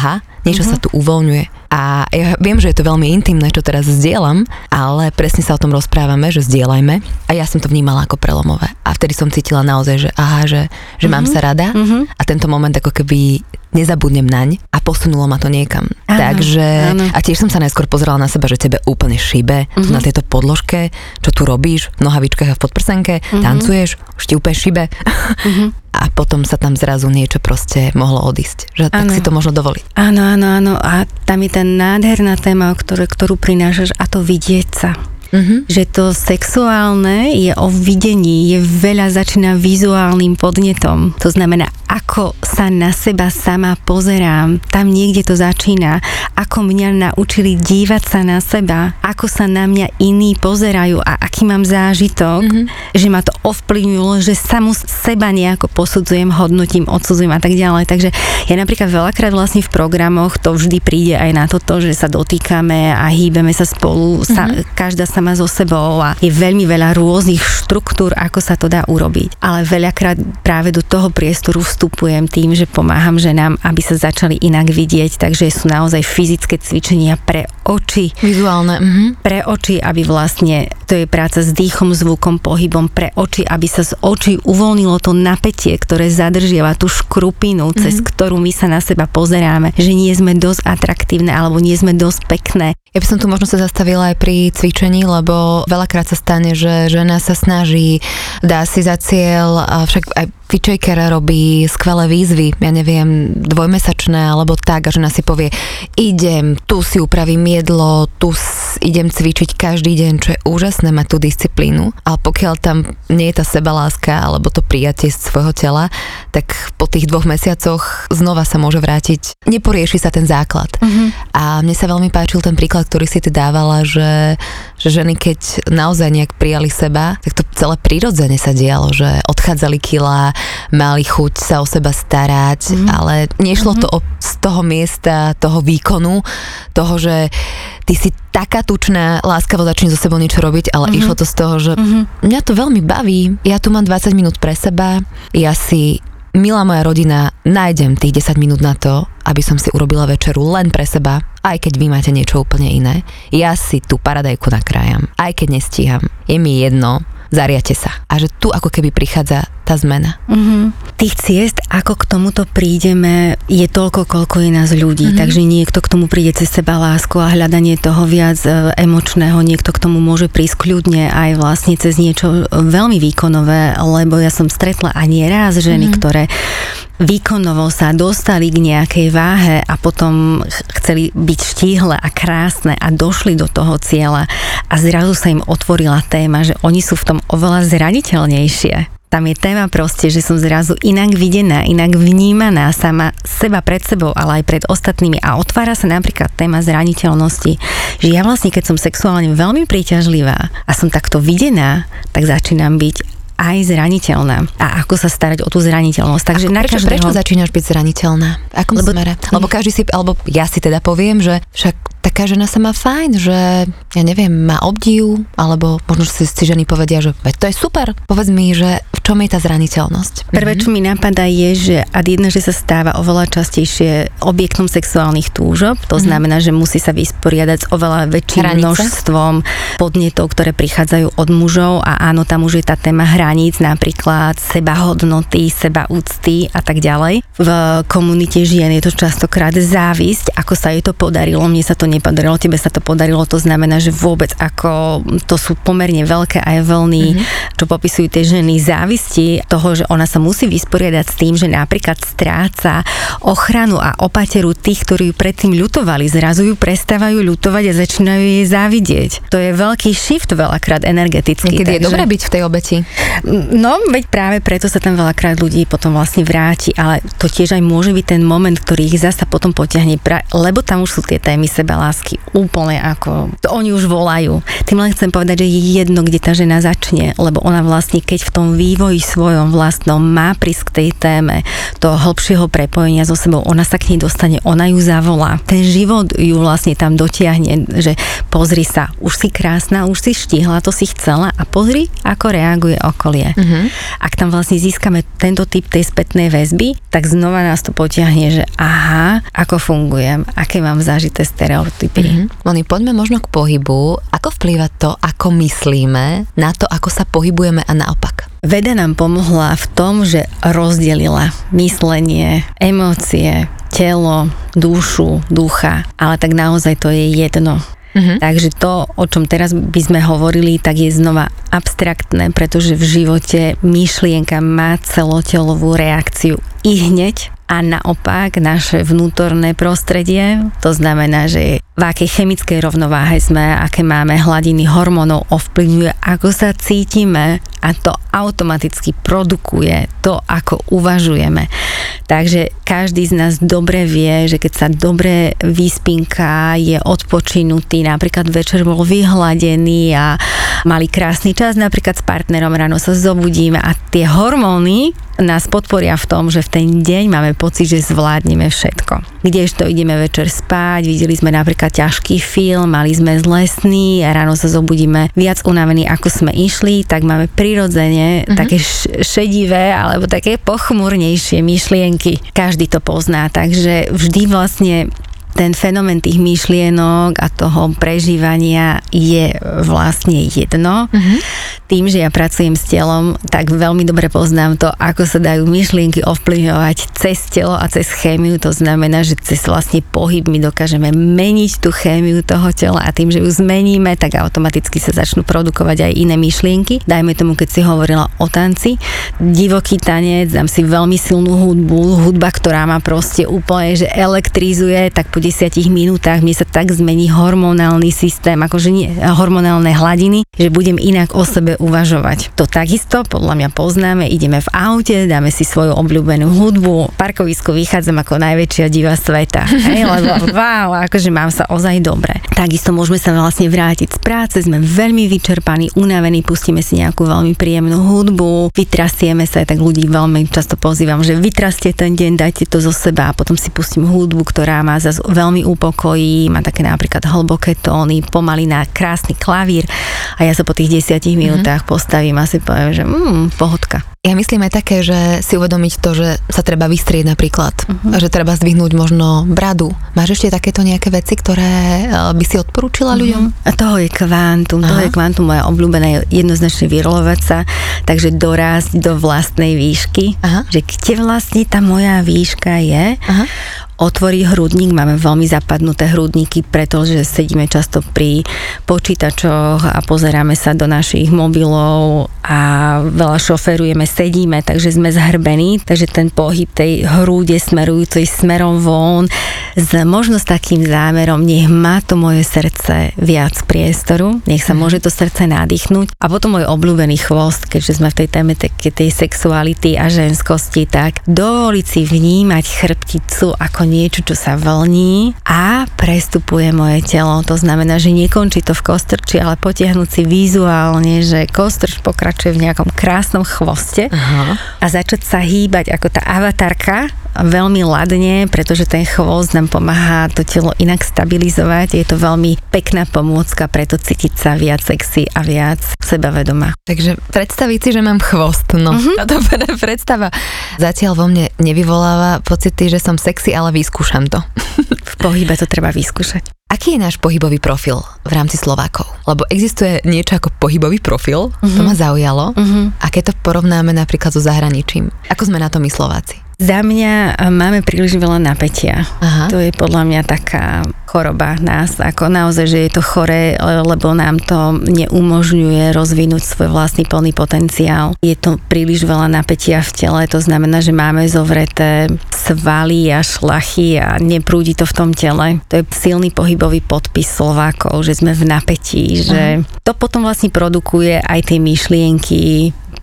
niečo uh-huh. sa tu uvoľňuje. A ja viem, že je to veľmi intimné, čo teraz zdieľam, ale presne sa o tom rozprávame, že zdieľajme. A ja som to vnímala ako prelomové. A vtedy som cítila naozaj, že aha, že, že uh-huh. mám sa rada uh-huh. a tento moment ako keby nezabudnem naň a posunulo ma to niekam. Áno, Takže, áno. A tiež som sa najskôr pozerala na seba, že tebe úplne šibe uh-huh. na tejto podložke, čo tu robíš, v nohavičkách a v podprsenke, uh-huh. tancuješ, už ti úplne šibe. Uh-huh. A potom sa tam zrazu niečo proste mohlo odísť. Že tak si to možno dovoliť. Áno, áno, áno. A tam je tá nádherná téma, ktorú, ktorú prinášaš, a to vidieť sa. Uh-huh. Že to sexuálne je o videní, je veľa začína vizuálnym podnetom. To znamená, ako sa na seba sama pozerám, tam niekde to začína. Ako mňa naučili dívať sa na seba, ako sa na mňa iní pozerajú a aký mám zážitok, uh-huh. že ma to ovplyvnilo, že samu seba nejako posudzujem, hodnotím, odsudzujem a tak ďalej. Takže ja napríklad veľakrát vlastne v programoch to vždy príde aj na toto, že sa dotýkame a hýbeme sa spolu, uh-huh. sa, každá sa so sebou a je veľmi veľa rôznych štruktúr, ako sa to dá urobiť. Ale veľakrát práve do toho priestoru vstupujem tým, že pomáham ženám, aby sa začali inak vidieť, takže sú naozaj fyzické cvičenia pre oči. Vizuálne. Mhm. Pre oči, aby vlastne, to je práca s dýchom, zvukom, pohybom, pre oči, aby sa z očí uvoľnilo to napätie, ktoré zadržiava tú škrupinu, mhm. cez ktorú my sa na seba pozeráme, že nie sme dosť atraktívne alebo nie sme dosť pekné. Ja by som tu možno sa zastavila aj pri cvičení, lebo veľakrát sa stane, že žena sa snaží, dá si za cieľ, však aj FitShaker robí skvelé výzvy, ja neviem, dvojmesačné alebo tak, a žena si povie, idem, tu si upravím jedlo, tu idem cvičiť každý deň, čo je úžasné mať tú disciplínu, ale pokiaľ tam nie je tá sebaláska alebo to prijatie z svojho tela, tak po tých dvoch mesiacoch znova sa môže vrátiť, neporieši sa ten základ. Uh-huh. A mne sa veľmi páčil ten príklad, ktorý si ty dávala, že, že ženy, keď naozaj nejak prijali seba, tak to celé prirodzene sa dialo, že odchádzali kilá, mali chuť sa o seba starať, mm. ale nešlo mm-hmm. to o, z toho miesta, toho výkonu, toho, že ty si taká tučná, láskavo začni so sebou niečo robiť, ale mm-hmm. išlo to z toho, že mm-hmm. mňa to veľmi baví, ja tu mám dvadsať minút pre seba, ja si, milá moja rodina, nájdem tých desať minút na to, aby som si urobila večeru len pre seba, aj keď vy máte niečo úplne iné. Ja si tú paradajku nakrájam, aj keď nestíham. Je mi jedno, zariate sa. A že tu ako keby prichádza tá zmena. Mm-hmm. Tých ciest, ako k tomuto prídeme, je toľko, koľko je nás ľudí. Mm-hmm. Takže niekto k tomu príde cez seba lásku a hľadanie toho viac emočného, niekto k tomu môže prísť kľudne aj vlastne cez niečo veľmi výkonové, lebo ja som stretla aj nieraz ženy, mm-hmm. ktoré výkonovo sa dostali k nejakej váhe a potom chceli byť štíhle a krásne a došli do toho cieľa a zrazu sa im otvorila téma, že oni sú v tom oveľa zraniteľnejšie. Tam je téma proste, že som zrazu inak videná, inak vnímaná sama seba pred sebou, ale aj pred ostatnými a otvára sa napríklad téma zraniteľnosti, že ja vlastne, keď som sexuálne veľmi príťažlivá a som takto videná, tak začínam byť aj zraniteľná. A ako sa starať o tú zraniteľnosť. Takže ako, na prečo, každého... prečo začínaš byť zraniteľná? V akom lebo, smere? Lebo každý si, alebo ja si teda poviem, že však taká žena sa má fajn, že ja neviem, má obdiv, alebo možno si, si ženy povedia, že veď to je super. Povedz mi, že v čom je tá zraniteľnosť? Prvé, čo mi napadá je, že ad jedna, že sa stáva oveľa častejšie objektom sexuálnych túžob. To mm-hmm. znamená, že musí sa vysporiadať s oveľa väčším Hranice. množstvom podnetov, ktoré prichádzajú od mužov a áno, tam už je tá téma hraníc, napríklad sebahodnoty, sebaúcty a tak ďalej. V komunite žien je to častokrát závisť, ako sa jej to podarilo, mne sa to nepodarilo, tebe sa to podarilo, to znamená, že vôbec ako to sú pomerne veľké aj vlny, mm-hmm. čo popisujú tie ženy závisti toho, že ona sa musí vysporiadať s tým, že napríklad stráca ochranu a opateru tých, ktorí ju predtým ľutovali, zrazu ju prestávajú ľutovať a začínajú jej závidieť. To je veľký shift veľakrát energetický. Niekedy takže... je dobré byť v tej obeti. No, veď práve preto sa tam veľakrát ľudí potom vlastne vráti, ale to tiež aj môže byť ten moment, ktorý ich zasa potom potiahne, lebo tam už sú tie témy sebalásky úplne ako, to oni už volajú. Tým len chcem povedať, že je jedno, kde tá žena začne, lebo ona vlastne, keď v tom vývoji vývoji svojom vlastnom má prísť k tej téme toho hĺbšieho prepojenia so sebou, ona sa k nej dostane, ona ju zavolá. Ten život ju vlastne tam dotiahne, že pozri sa, už si krásna, už si štihla, to si chcela a pozri, ako reaguje okolie. Uh-huh. Ak tam vlastne získame tento typ tej spätnej väzby, tak znova nás to potiahne, že aha, ako fungujem, aké mám zažité stereotypy. Uh-huh. Moni, poďme možno k pohybu. Ako vplýva to, ako myslíme, na to, ako sa pohybujeme a naopak? Veda nám pomohla v tom, že rozdelila myslenie, emócie, telo, dušu, ducha, ale tak naozaj to je jedno. Uh-huh. Takže to, o čom teraz by sme hovorili, tak je znova abstraktné, pretože v živote myšlienka má celotelovú reakciu i hneď a naopak naše vnútorné prostredie, to znamená, že v akej chemickej rovnováhe sme, aké máme hladiny hormónov, ovplyvňuje, ako sa cítime a to automaticky produkuje to, ako uvažujeme. Takže každý z nás dobre vie, že keď sa dobre vyspinká, je odpočinutý, napríklad večer bol vyhladený a mali krásny čas napríklad s partnerom, ráno sa zobudíme a tie hormóny nás podporia v tom, že v ten deň máme pocit, že zvládneme všetko. Kdežto ideme večer spať, videli sme napríklad ťažký film, mali sme zlé sny a ráno sa zobudíme viac unavení, ako sme išli, tak máme prirodzene mm-hmm. také šedivé alebo také pochmúrnejšie myšlienky. Každý to pozná, takže vždy vlastne ten fenomén tých myšlienok a toho prežívania je vlastne jedno. Mm-hmm. Tým, že ja pracujem s telom, tak veľmi dobre poznám to, ako sa dajú myšlienky ovplyvňovať cez telo a cez chémiu. To znamená, že cez vlastne pohyb my dokážeme meniť tú chémiu toho tela a tým, že ju zmeníme, tak automaticky sa začnú produkovať aj iné myšlienky. Dajme tomu, keď si hovorila o tanci. Divoký tanec, dám si veľmi silnú hudbu, hudba, ktorá ma proste úplne, že elektrizuje, tak po desiatich minútach mne sa tak zmení hormonálny systém, akože nie, hormonálne hladiny, že budem inak o sebe uvažovať. To takisto podľa mňa poznáme, ideme v aute, dáme si svoju obľúbenú hudbu, parkovisko vychádzam ako najväčšia diva sveta. Hej, lebo wow, akože mám sa ozaj dobre. Takisto môžeme sa vlastne vrátiť z práce, sme veľmi vyčerpaní, unavení, pustíme si nejakú veľmi príjemnú hudbu, vytrastieme sa, tak ľudí veľmi často pozývam, že vytrastie ten deň, dajte to zo seba a potom si pustím hudbu, ktorá má zase veľmi upokojí, má také napríklad hlboké tóny, pomaly na krásny klavír a ja sa po tých desiatich minútach mm-hmm. postavím a si poviem, že mm, pohodka. Ja myslím aj také, že si uvedomiť to, že sa treba vystrieť napríklad, uh-huh. že treba zdvihnúť možno bradu. Máš ešte takéto nejaké veci, ktoré by si odporúčila uh-huh. ľuďom? A toho je kvantum, Aha. toho je kvantum, moja obľúbená je jednoznačne vyrolovať sa, takže dorásť do vlastnej výšky, Aha. že kde vlastne tá moja výška je, Aha. otvorí hrudník, máme veľmi zapadnuté hrudníky, pretože sedíme často pri počítačoch a pozeráme sa do našich mobilov a veľa šoferujeme, sedíme, takže sme zhrbení, takže ten pohyb tej hrúde smerujúcej smerom von, s možno s takým zámerom, nech má to moje srdce viac priestoru, nech sa môže to srdce nadýchnuť a potom môj obľúbený chvost, keďže sme v tej téme tej sexuality a ženskosti, tak dovoliť si vnímať chrbticu ako niečo, čo sa vlní a prestupuje moje telo. To znamená, že nekončí to v kostrči, ale potiahnuť si vizuálne, že kostrč pokračuje v nejakom krásnom chvoste Aha. a začať sa hýbať ako tá avatarka veľmi ladne, pretože ten chvost nám pomáha to telo inak stabilizovať. Je to veľmi pekná pomôcka, preto cítiť sa viac sexy a viac sebavedomá. Takže predstaviť si, že mám chvost, no. Uh-huh. A to predstava zatiaľ vo mne nevyvoláva pocity, že som sexy, ale vyskúšam to. V pohybe to treba vyskúšať. Aký je náš pohybový profil v rámci Slovákov? Lebo existuje niečo ako pohybový profil, uh-huh. to ma zaujalo. Uh-huh. A keď to porovnáme napríklad so zahraničím, ako sme na to my Slováci? Za mňa máme príliš veľa napätia. Aha. To je podľa mňa taká choroba nás, ako naozaj, že je to choré, lebo nám to neumožňuje rozvinúť svoj vlastný plný potenciál. Je to príliš veľa napätia v tele, to znamená, že máme zovreté svaly a šlachy a neprúdi to v tom tele. To je silný pohybový podpis Slovákov, že sme v napätí, že Aha. to potom vlastne produkuje aj tie myšlienky,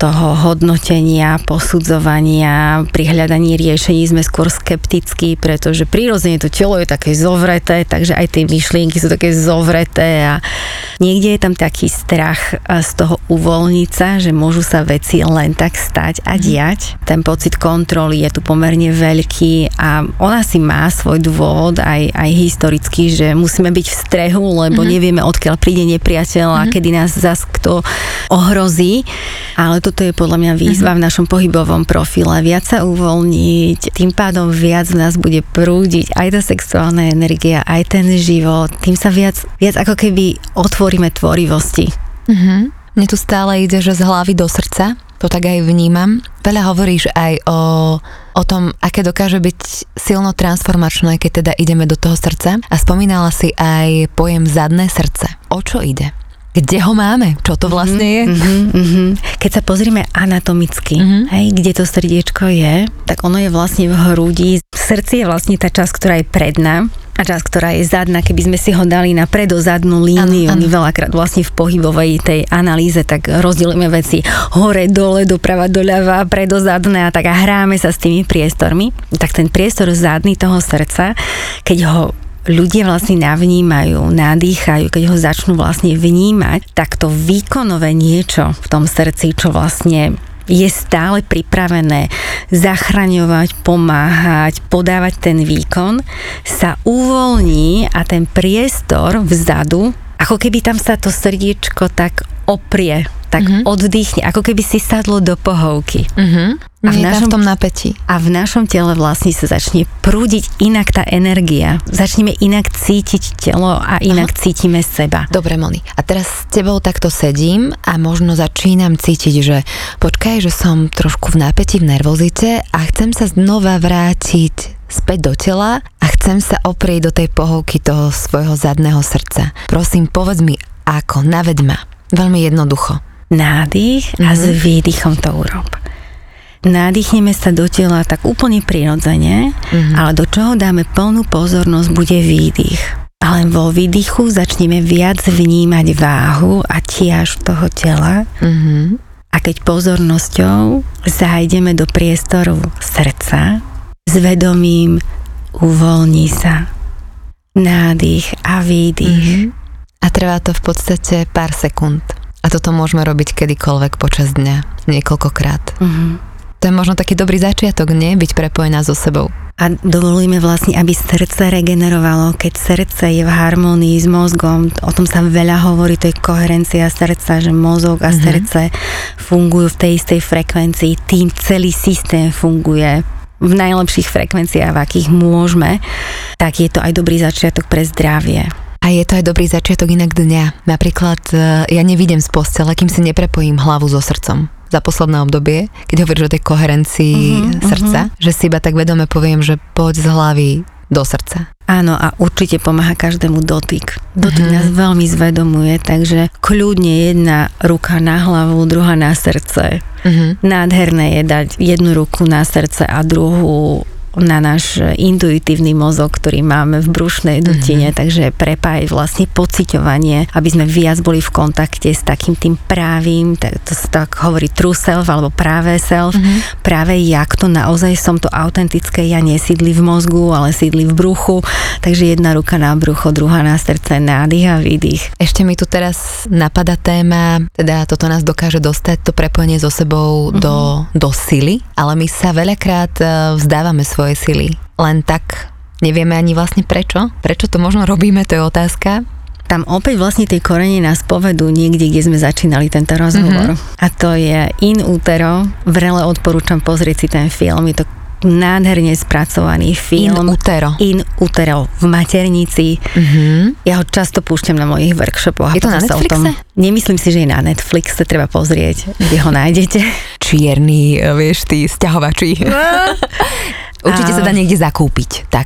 toho hodnotenia, posudzovania, pri hľadaní riešení sme skôr skeptickí, pretože prirodzene to telo je také zovreté, takže aj tie myšlienky sú také zovreté a niekde je tam taký strach z toho uvoľniť sa, že môžu sa veci len tak stať a diať. Ten pocit kontroly je tu pomerne veľký a ona si má svoj dôvod aj, aj historicky, že musíme byť v strehu, lebo mm-hmm. nevieme, odkiaľ príde nepriateľ a mm-hmm. kedy nás zas kto ohrozí. Ale toto je podľa mňa výzva mm-hmm. v našom pohybovom profile. Viac sa uvoľniť, tým pádom viac v nás bude prúdiť aj tá sexuálna energia, aj ten život. Tým sa viac, viac ako keby otvoríme tvorivosti. Mm-hmm. Mne tu stále ide, že z hlavy do srdca, to tak aj vnímam. Veľa hovoríš aj o, o tom, aké dokáže byť silno transformačné, keď teda ideme do toho srdca. A spomínala si aj pojem zadné srdce. O čo ide? Kde ho máme? Čo to vlastne je? Mm-hmm, mm-hmm. Keď sa pozrieme anatomicky, mm-hmm. hej, kde to srdiečko je, tak ono je vlastne v hrudi. Srdce je vlastne tá časť, ktorá je predná a časť, ktorá je zadná. Keby sme si ho dali na predozadnú líniu, my veľakrát vlastne v pohybovej tej analýze tak rozdielujeme veci hore, dole, doprava, doľava, predozadné a tak a hráme sa s tými priestormi. Tak ten priestor zadný toho srdca, keď ho ľudia vlastne navnímajú, nadýchajú, keď ho začnú vlastne vnímať, tak to výkonové niečo v tom srdci, čo vlastne je stále pripravené zachraňovať, pomáhať, podávať ten výkon, sa uvoľní a ten priestor vzadu, ako keby tam sa to srdiečko tak oprie, tak mm-hmm. oddychne, ako keby si sadlo do pohovky. Mm-hmm. A v našom, v tom napätí. A v našom tele vlastne sa začne prúdiť inak tá energia. Začneme inak cítiť telo a inak Aha. cítime seba. Dobre, Moni. A teraz s tebou takto sedím a možno začínam cítiť, že počkaj, že som trošku v napätí, v nervozite a chcem sa znova vrátiť späť do tela a chcem sa oprieť do tej pohovky toho svojho zadného srdca. Prosím, povedz mi ako, naveď ma. Veľmi jednoducho. Nádych a mm-hmm. s výdychom to urob. Nádychneme sa do tela tak úplne prirodzene, mm-hmm. ale do čoho dáme plnú pozornosť, bude výdych. A len vo výdychu začneme viac vnímať váhu a tiaž toho tela. Mm-hmm. A keď pozornosťou zájdeme do priestoru srdca, s vedomím uvoľní sa nádych a výdych. Mm-hmm. A trvá to v podstate pár sekúnd. A toto môžeme robiť kedykoľvek počas dňa, niekoľkokrát. Mm-hmm. To je možno taký dobrý začiatok, nie? Byť prepojená so sebou. A dovolujeme vlastne, aby srdce regenerovalo. Keď srdce je v harmonii s mozgom, o tom sa veľa hovorí, to je koherencia srdca, že mozog a mm-hmm. srdce fungujú v tej istej frekvencii, tým celý systém funguje v najlepších frekvenciách, v akých môžeme, tak je to aj dobrý začiatok pre zdravie. A je to aj dobrý začiatok inak dňa. Napríklad ja nevidím z postele, kým si neprepojím hlavu so srdcom. Za posledné obdobie, keď hovoríš o tej koherencii uh-huh, srdca, uh-huh. že si iba tak vedome poviem, že poď z hlavy do srdca. Áno, a určite pomáha každému dotyk. Dotyk uh-huh. nás veľmi zvedomuje, takže kľudne jedna ruka na hlavu, druhá na srdce. Uh-huh. Nádherné je dať jednu ruku na srdce a druhú na náš intuitívny mozog, ktorý máme v brušnej dutine, mm-hmm. takže prepájať vlastne pociťovanie, aby sme viac boli v kontakte s takým tým právým, to sa tak hovorí true self alebo práve self, mm-hmm. práve jak to naozaj som to autentické, ja nesídli v mozgu, ale sídli v bruchu, takže jedna ruka na brucho, druhá na srdce, nádych a výdych. Ešte mi tu teraz napadá téma, teda toto nás dokáže dostať, to prepojenie so sebou mm-hmm. do, do sily, ale my sa veľakrát vzdávame svoj svoje sily. Len tak nevieme ani vlastne prečo. Prečo to možno robíme, to je otázka. Tam opäť vlastne tie korene nás povedú niekde, kde sme začínali tento rozhovor. Mm-hmm. A to je In utero. Vrele odporúčam pozrieť si ten film. Je to nádherne spracovaný film. In utero. In utero. V maternici. Mm-hmm. Ja ho často púšťam na mojich workshopoch. Je to na Netflixe? Tom, nemyslím si, že je na Netflixe, treba pozrieť, kde ho nájdete. Čierny, vieš, tí sťahovači. Určite a... sa dá niekde zakúpiť, tak.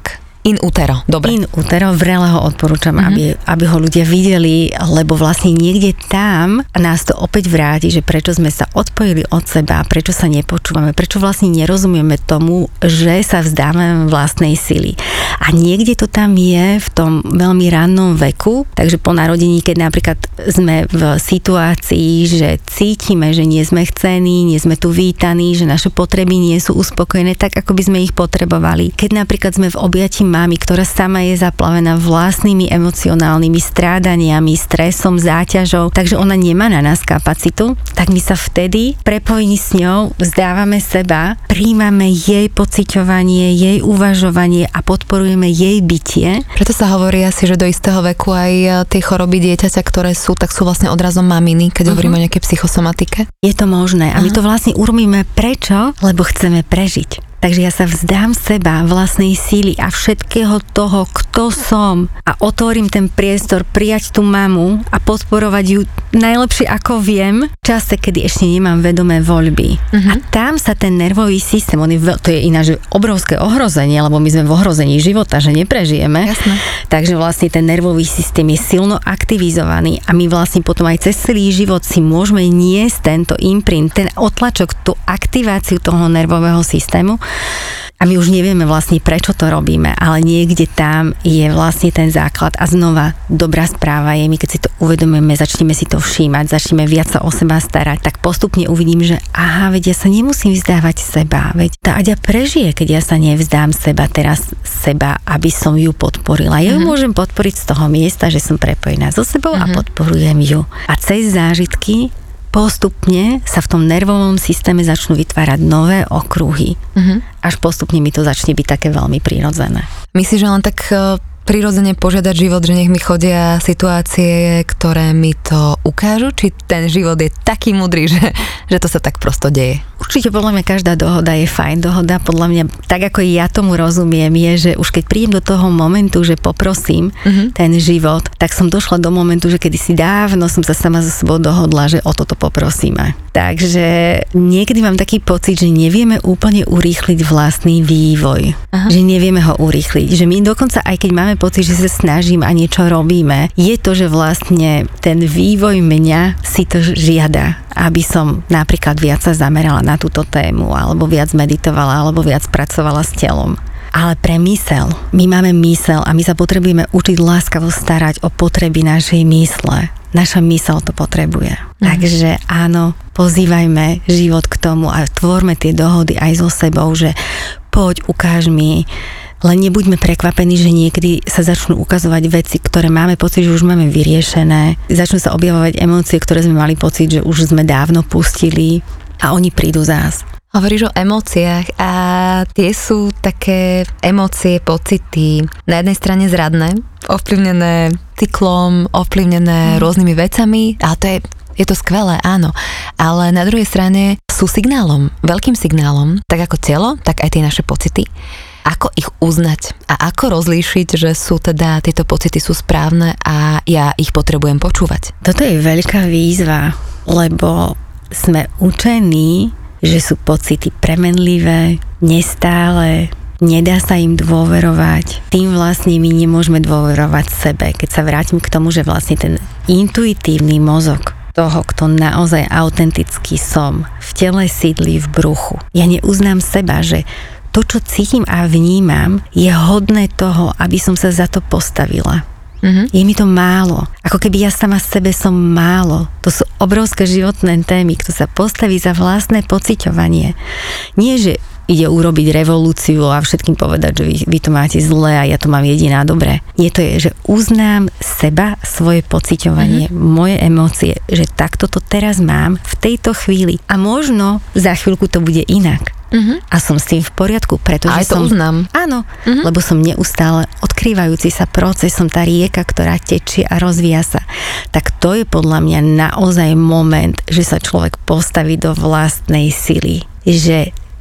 In utero, dobre. In utero, vrele ho odporúčam, Mm-hmm. aby, aby ho ľudia videli, lebo vlastne niekde tam nás to opäť vráti, že prečo sme sa odpojili od seba, prečo sa nepočúvame, prečo vlastne nerozumieme tomu, že sa vzdávame vlastnej sily. A niekde to tam je v tom veľmi rannom veku, takže po narodení, keď napríklad sme v situácii, že cítime, že nie sme chcení, nie sme tu vítaní, že naše potreby nie sú uspokojené tak, ako by sme ich potrebovali. Keď napríklad sme v objatí mamy, ktorá sama je zaplavená vlastnými emocionálnymi strádaniami, stresom, záťažou, takže ona nemá na nás kapacitu, tak my sa vtedy prepojení s ňou vzdávame seba, príjmame jej pociťovanie, jej uvažovanie a podporujeme jej bytie. Preto sa hovorí asi, že do istého veku aj tie choroby dieťaťa, ktoré sú, tak sú vlastne odrazom maminy, keď uh-huh. hovoríme o nejakej psychosomatike. Je to možné a my to vlastne urobíme prečo? Lebo chceme prežiť. Takže ja sa vzdám seba, vlastnej síly a všetkého toho, kto som a otvorím ten priestor prijať tú mamu a podporovať ju najlepšie ako viem v čase, kedy ešte nemám vedomé voľby. Uh-huh. A tam sa ten nervový systém, on je, to je ináč obrovské ohrozenie, lebo my sme v ohrození života, že neprežijeme. Jasné. Takže vlastne ten nervový systém je silno aktivizovaný a my vlastne potom aj cez celý život si môžeme niesť tento imprint, ten otlačok, tú aktiváciu toho nervového systému. A my už nevieme vlastne, prečo to robíme, ale niekde tam je vlastne ten základ. A znova, dobrá správa je, my keď si to uvedomíme, začneme si to všímať, začneme viac sa o seba starať, tak postupne uvidím, že aha, veď ja sa nemusím vzdávať seba, veď tá Aďa prežije, keď ja sa nevzdám seba, teraz seba, aby som ju podporila. Ja ju mm-hmm. môžem podporiť z toho miesta, že som prepojená so sebou mm-hmm. a podporujem ju. A cez zážitky postupne sa v tom nervovom systéme začnú vytvárať nové okruhy. Uh-huh. Až postupne mi to začne byť také veľmi prirodzené. Myslíš, že len tak prirodzene požiadať život, že nech mi chodia situácie, ktoré mi to ukážu? Či ten život je taký múdry, že, že to sa tak prosto deje? Určite podľa mňa každá dohoda je fajn. Dohoda podľa mňa, tak ako ja tomu rozumiem, je, že už keď prídem do toho momentu, že poprosím uh-huh. ten život, tak som došla do momentu, že kedysi dávno som sa sama so sebou dohodla, že o toto poprosíme. Takže niekedy mám taký pocit, že nevieme úplne urýchliť vlastný vývoj. Aha. Že nevieme ho urýchliť. Že my dokonca, aj keď máme pocit, že sa snažím a niečo robíme, je to, že vlastne ten vývoj mňa si to žiada, aby som napríklad viac sa zamerala na túto tému, alebo viac meditovala, alebo viac pracovala s telom. Ale pre mysel, my máme mysel a my sa potrebujeme učiť láskavo starať o potreby našej mysle. Naša mysel to potrebuje. Mm. Takže áno, pozývajme život k tomu a tvorme tie dohody aj so sebou, že poď, ukáž mi. Len nebuďme prekvapení, že niekedy sa začnú ukazovať veci, ktoré máme pocit, že už máme vyriešené. Začnú sa objavovať emócie, ktoré sme mali pocit, že už sme dávno pustili a oni prídu zás. Hovoríš o emóciách a tie sú také emócie, pocity na jednej strane zradné, ovplyvnené cyklom, ovplyvnené mm. rôznymi vecami, a to je, je to skvelé, áno. Ale na druhej strane sú signálom, veľkým signálom, tak ako telo, tak aj tie naše pocity. Ako ich uznať a ako rozlíšiť, že sú teda, tieto pocity sú správne a ja ich potrebujem počúvať. Toto je veľká výzva, lebo sme učení, že sú pocity premenlivé, nestále, nedá sa im dôverovať. Tým vlastne my nemôžeme dôverovať sebe. Keď sa vrátim k tomu, že vlastne ten intuitívny mozog toho, kto naozaj autentický som, v tele sídli v bruchu. Ja neuznám seba, že to, čo cítim a vnímam, je hodné toho, aby som sa za to postavila. Mm-hmm. Je mi to málo. Ako keby ja sama sebe som málo. To sú obrovské životné témy, kto sa postaví za vlastné pociťovanie. Nie, že ide urobiť revolúciu a všetkým povedať, že vy, vy to máte zle a ja to mám jediná dobré. Nie, to je, že uznám seba, svoje pociťovanie, mm-hmm. moje emócie, že takto to teraz mám v tejto chvíli. A možno za chvíľku to bude inak. Uh-huh. A som s tým v poriadku, pretože aj to som... uznám. Áno, uh-huh. lebo som neustále odkrývajúci sa proces, som tá rieka, ktorá tečie a rozvíja sa. Tak to je podľa mňa naozaj moment, že sa človek postaví do vlastnej sily. Že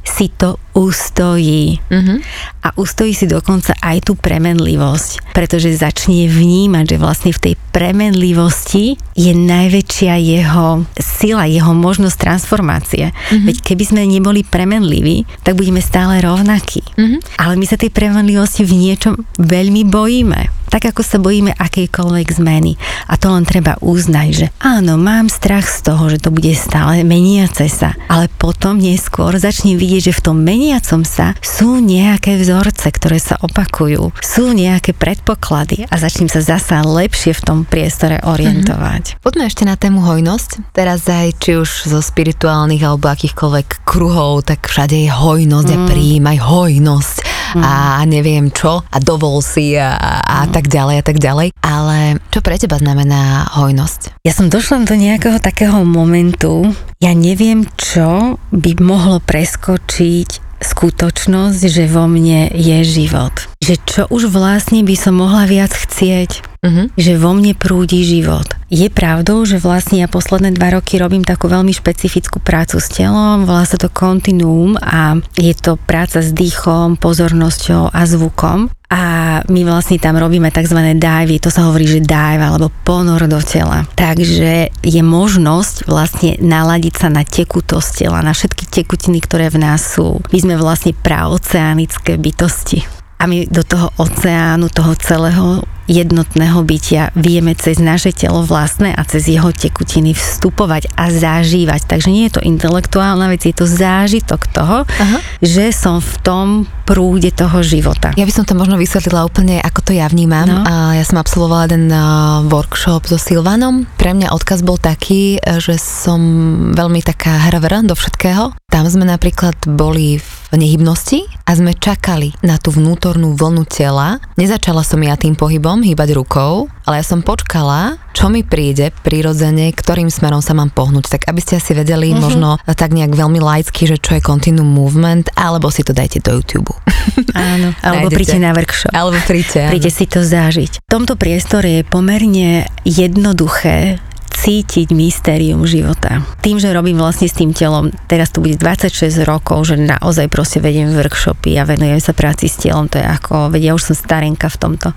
si to ustojí. Mm-hmm. A ustojí si dokonca aj tú premenlivosť, pretože začne vnímať, že vlastne v tej premenlivosti je najväčšia jeho sila, jeho možnosť transformácie. Mm-hmm. Veď keby sme neboli premenliví, tak budeme stále rovnakí. Mm-hmm. Ale my sa tej premenlivosti v niečom veľmi bojíme. Tak ako sa bojíme akejkoľvek zmeny. A to len treba uznať, že áno, mám strach z toho, že to bude stále meniace sa. Ale potom neskôr začnem vidieť, že v tom meniacom sa sú nejaké vzorce, ktoré sa opakujú. Sú nejaké predpoklady a začnem sa zasa lepšie v tom priestore orientovať. Mm-hmm. Poďme ešte na tému hojnosť. Teraz aj či už zo spirituálnych alebo akýchkoľvek kruhov, tak všade je hojnosť mm. a prijímaj hojnosť mm. a neviem čo a dovol si a, a mm. tak ďalej a tak ďalej. Ale čo pre teba znamená hojnosť? Ja som došla do nejakého takého momentu, ja neviem, čo by mohlo preskočiť skutočnosť, že vo mne je život. Že čo už vlastne by som mohla viac chcieť. Uh-huh. Že vo mne prúdi život. Je pravdou, že vlastne ja posledné dva roky robím takú veľmi špecifickú prácu s telom, volá sa to kontinuum a je to práca s dýchom, pozornosťou a zvukom. A my vlastne tam robíme tzv. Dive, to sa hovorí, že dive alebo ponor do tela. Takže je možnosť vlastne naladiť sa na tekutosť tela, na všetky tekutiny, ktoré v nás sú. My sme vlastne praoceánické bytosti. A my do toho oceánu, toho celého jednotného bytia vieme cez naše telo vlastné a cez jeho tekutiny vstupovať a zažívať. Takže nie je to intelektuálna vec, je to zážitok toho, aha, že som v tom prúde toho života. Ja by som to možno vysvetlila úplne, ako to ja vnímam. No. A ja som absolvovala jeden workshop so Silvanom. Pre mňa odkaz bol taký, že som veľmi taká hravr do všetkého. Tam sme napríklad boli v nehybnosti a sme čakali na tú vnútornú vlnu tela. Nezačala som ja tým pohybom hýbať rukou, ale ja som počkala, čo mi príde prirodzene, ktorým smerom sa mám pohnúť. Tak aby ste asi vedeli, mm-hmm, možno tak nejak veľmi laicky, že čo je continuum movement, alebo si to dajte do YouTube. Áno, alebo príďte na workshop. Alebo príďte, príďte si to zažiť. V tomto priestore je pomerne jednoduché cítiť mystérium života. Tým, že robím vlastne s tým telom, teraz tu bude dvadsaťšesť rokov, že naozaj proste vediem workshopy a venujem sa práci s telom, to je ako, veď ja už som starenka v tomto.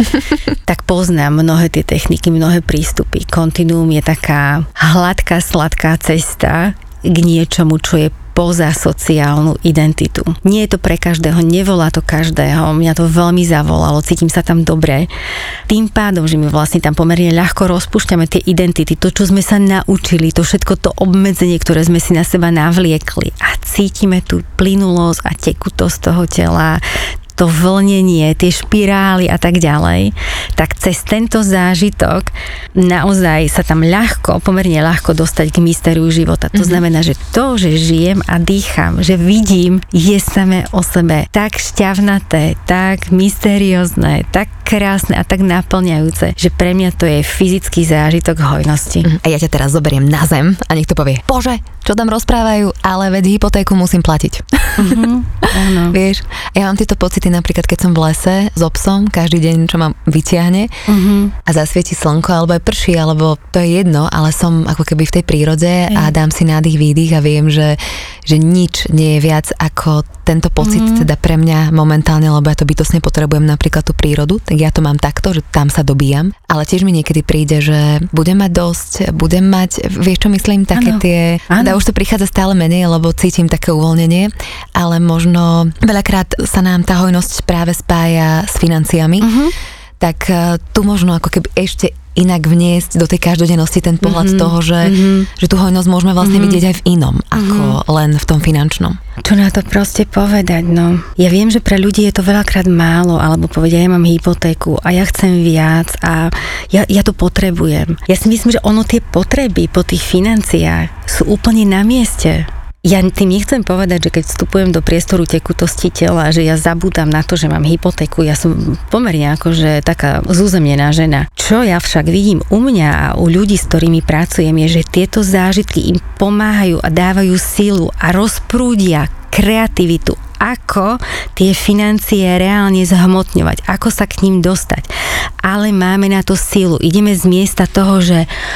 Tak poznám mnohé tie techniky, mnohé prístupy. Kontinuum je taká hladká, sladká cesta k niečomu, čo je poza sociálnu identitu. Nie je to pre každého, nevolá to každého, mňa to veľmi zavolalo, cítim sa tam dobre. Tým pádom, že my vlastne tam pomerne ľahko rozpúšťame tie identity, to, čo sme sa naučili, to všetko to obmedzenie, ktoré sme si na seba navliekli a cítime tú plynulosť a tekutosť toho tela, to vlnenie, tie špirály a tak ďalej, tak cez tento zážitok naozaj sa tam ľahko, pomerne ľahko dostať k mystériu života. To mm-hmm. znamená, že to, že žijem a dýcham, že vidím, je samé o sebe tak šťavnaté, tak mysteriózne, tak krásne a tak naplňajúce, že pre mňa to je fyzický zážitok hojnosti. Mm-hmm. A ja ťa teraz zoberiem na zem a niekto povie, bože, čo tam rozprávajú, ale veď hypotéku musím platiť. Mm-hmm. Áno. Vieš, ja mám tieto pocity napríklad, keď som v lese s obsom, každý deň, čo ma vyťahne mm-hmm. a zasvieti slnko, alebo aj prší, alebo to je jedno, ale som ako keby v tej prírode mm. a dám si nádych, výdych a viem, že, že nič nie je viac ako tento pocit mm. teda pre mňa momentálne, lebo ja to bytostne potrebujem napríklad tú prírodu, tak ja to mám takto, že tam sa dobíjam, ale tiež mi niekedy príde, že budem mať dosť, budem mať, vieš čo myslím, také ano. tie, teda už to prichádza stále menej, lebo cítim také uvoľnenie, ale možno veľakrát sa nám tá hojnosť práve spája s financiami, uh-huh. tak tu možno ako keby ešte inak vniesť do tej každodennosti ten pohľad mm-hmm. toho, že, mm-hmm. že tú hojnosť môžeme vlastne mm-hmm. vidieť aj v inom, ako mm-hmm. len v tom finančnom. Čo na to proste povedať, no. Ja viem, že pre ľudí je to veľakrát málo, alebo povedia, ja mám hypotéku a ja chcem viac a ja, ja to potrebujem. Ja si myslím, že ono tie potreby po tých financiách sú úplne na mieste. Ja tým nechcem povedať, že keď vstupujem do priestoru tekutosti tela, že ja zabúdam na to, že mám hypotéku. Ja som pomerne akože taká zúzemnená žena. Čo ja však vidím u mňa a u ľudí, s ktorými pracujem, je, že tieto zážitky im pomáhajú a dávajú silu a rozprúdia kreativitu, ako tie financie reálne zhmotňovať, ako sa k ním dostať. Ale máme na to silu. Ideme z miesta toho, že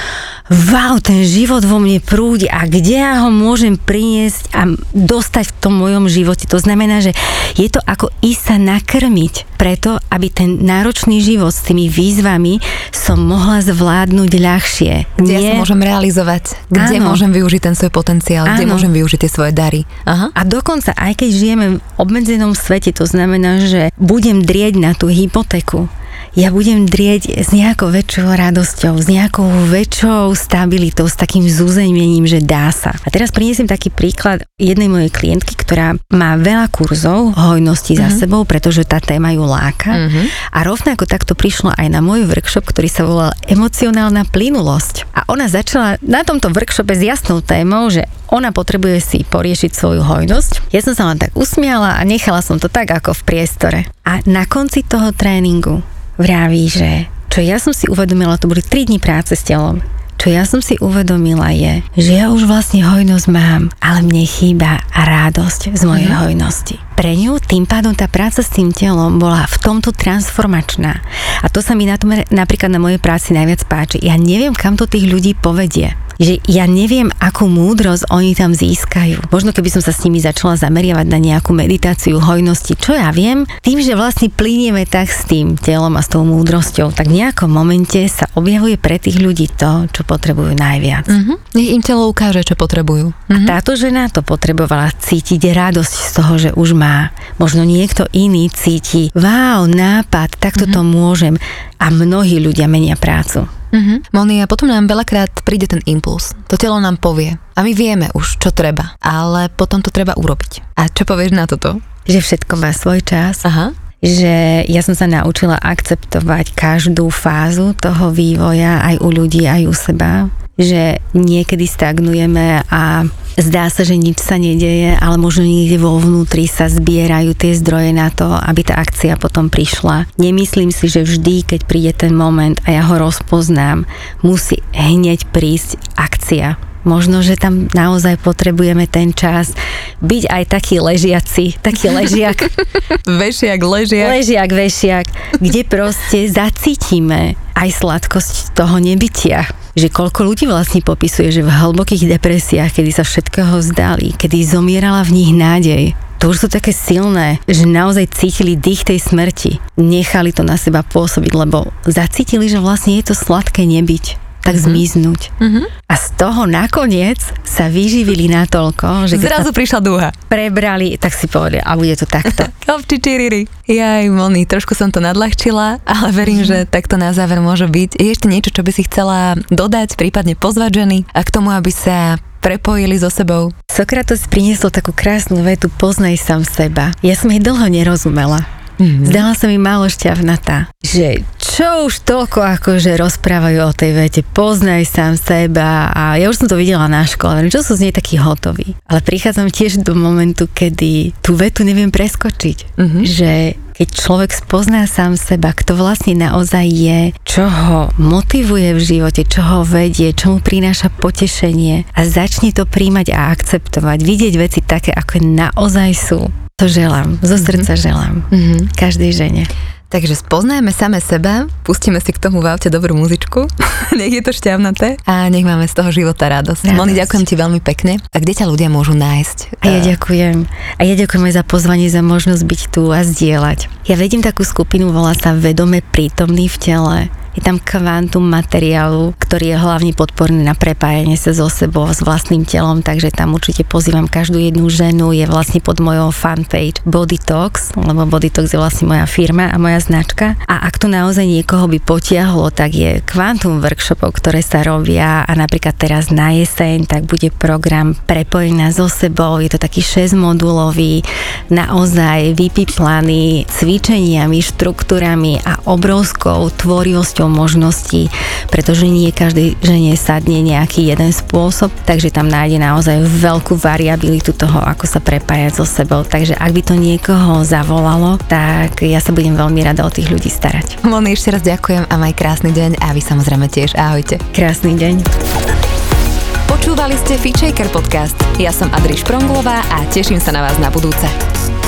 wow, ten život vo mne prúdi a kde ja ho môžem priniesť a dostať v tom mojom živote. To znamená, že je to ako ísť sa nakrmiť preto, aby ten náročný život s tými výzvami som mohla zvládnuť ľahšie. Kde Nie... ja sa môžem realizovať, kde Áno. môžem využiť ten svoj potenciál, Áno. kde môžem využiť tie svoje dary. Aha. A dokonca, aj keď žijeme v obmedzenom svete, to znamená, že budem drieť na tú hypotéku, ja budem drieť s nejakou väčšou radosťou, s nejakou väčšou stabilitou, s takým zúzením, že dá sa. A teraz priniesiem taký príklad jednej mojej klientky, ktorá má veľa kurzov hojnosti uh-huh. za sebou, pretože tá téma ju láka. Uh-huh. A rovnako takto prišlo aj na môj workshop, ktorý sa volal Emocionálna plynulosť. A ona začala na tomto workshope s jasnou témou, že ona potrebuje si poriešiť svoju hojnosť. Ja som sa len tak usmiala a nechala som to tak ako v priestore. A na konci toho tréningu vraví, že čo ja som si uvedomila, to boli tri dni práce s telom. Čo ja som si uvedomila je, že ja už vlastne hojnosť mám, ale mne chýba radosť z mojej mm. hojnosti. Pre ňu tým pádom tá práca s tým telom bola v tomto transformačná. A to sa mi na tom napríklad na mojej práci najviac páči. Ja neviem, kam to tých ľudí povedie. Že ja neviem, akú múdrosť oni tam získajú. Možno keby som sa s nimi začala zameriavať na nejakú meditáciu hojnosti, čo ja viem, tým, že vlastne plynieme tak s tým telom a s tou múdrosťou, tak v nejakom momente sa objavuje pre tých ľudí to, čo potrebujú najviac. Uh-huh. Nech im telo ukáže, čo potrebujú. Uh-huh. A táto žena to potrebovala cítiť radosť z toho, že už má. Možno niekto iný cíti, wow, nápad, takto uh-huh. to môžem. A mnohí ľudia menia prácu. Uh-huh. Moni, a potom nám veľakrát príde ten impuls. To telo nám povie. A my vieme už, čo treba. Ale potom to treba urobiť. A čo povieš na toto? Že všetko má svoj čas. Aha. Že ja som sa naučila akceptovať každú fázu toho vývoja aj u ľudí, aj u seba. Že niekedy stagnujeme a zdá sa, že nič sa nedeje, ale možno niekde vo vnútri sa zbierajú tie zdroje na to, aby tá akcia potom prišla. Nemyslím si, že vždy, keď príde ten moment a ja ho rozpoznám, musí hneď prísť akcia. Možno, že tam naozaj potrebujeme ten čas byť aj taký ležiaci, taký ležiak. Vešiak, ležiak. Ležiak, vešiak, kde proste zacítime aj sladkosť toho nebytia. Že koľko ľudí vlastne popisuje, že v hlbokých depresiách, kedy sa všetkého vzdali, kedy zomierala v nich nádej, to už sú také silné, že naozaj cítili dých tej smrti. Nechali to na seba pôsobiť, lebo zacítili, že vlastne je to sladké nebyť. Tak mm-hmm. zmiznúť. Mm-hmm. A z toho nakoniec sa vyživili natoľko, že zrazu prišla dúha. Prebrali, tak si povedali, a bude to takto. Kopčičiriri. Jaj, Moni, trošku som to nadľahčila, ale verím, mm-hmm. že takto na záver môže byť. Je ešte niečo, čo by si chcela dodať, prípadne pozvať ženy a k tomu, aby sa prepojili so sebou? Sokrates priniesol takú krásnu vetu, poznaj sám seba. Ja som jej dlho nerozumela. Mm-hmm. Zdala sa mi málo šťavnatá. Že čo už toľko akože rozprávajú o tej vete, poznaj sám seba, a ja už som to videla na škole, čo som z nej taký hotový. Ale prichádzam tiež do momentu, kedy tú vetu neviem preskočiť. Mm-hmm. Že keď človek spozná sám seba, kto vlastne naozaj je, čo ho motivuje v živote, čo ho vedie, čo mu prináša potešenie, a začne to príjmať a akceptovať, vidieť veci také, ako naozaj sú. To želám, zo srdca želám. Mm-hmm. Každej žene. Takže spoznajme same seba, pustíme si k tomu v aute dobrú muzičku, nech je to šťavnaté a nech máme z toho života radosť. radosť. Moni, ďakujem ti veľmi pekne. A kde ťa ľudia môžu nájsť? A ja ďakujem. A ja ďakujem aj za pozvanie, za možnosť byť tu a zdieľať. Ja vedím takú skupinu, volá sa Vedome prítomný v tele. Je tam kvantum materiálu, ktorý je hlavne podporný na prepájanie sa so sebou, s vlastným telom, takže tam určite pozývam každú jednu ženu, je vlastne pod mojou fanpage Body Talks, lebo Body Talks je vlastne moja firma a moja značka. A ak to naozaj niekoho by potiahlo, tak je kvantum workshopov, ktoré sa robia, a napríklad teraz na jeseň, tak bude program Prepojená so sebou, je to taký šesťmodulový, naozaj vypiplaný cvičeniami, štruktúrami a obrovskou tvorivosťou možností, pretože nie každej žene sadne nejaký jeden spôsob, takže tam nájde naozaj veľkú variabilitu toho, ako sa prepájať so sebou. Takže ak by to niekoho zavolalo, tak ja sa budem veľmi rada o tých ľudí starať. Moni, ešte raz ďakujem a maj krásny deň, a vy samozrejme tiež. Ahojte. Krásny deň. Počúvali ste Fitshaker podcast. Ja som Adri Špronglová a teším sa na vás na budúce.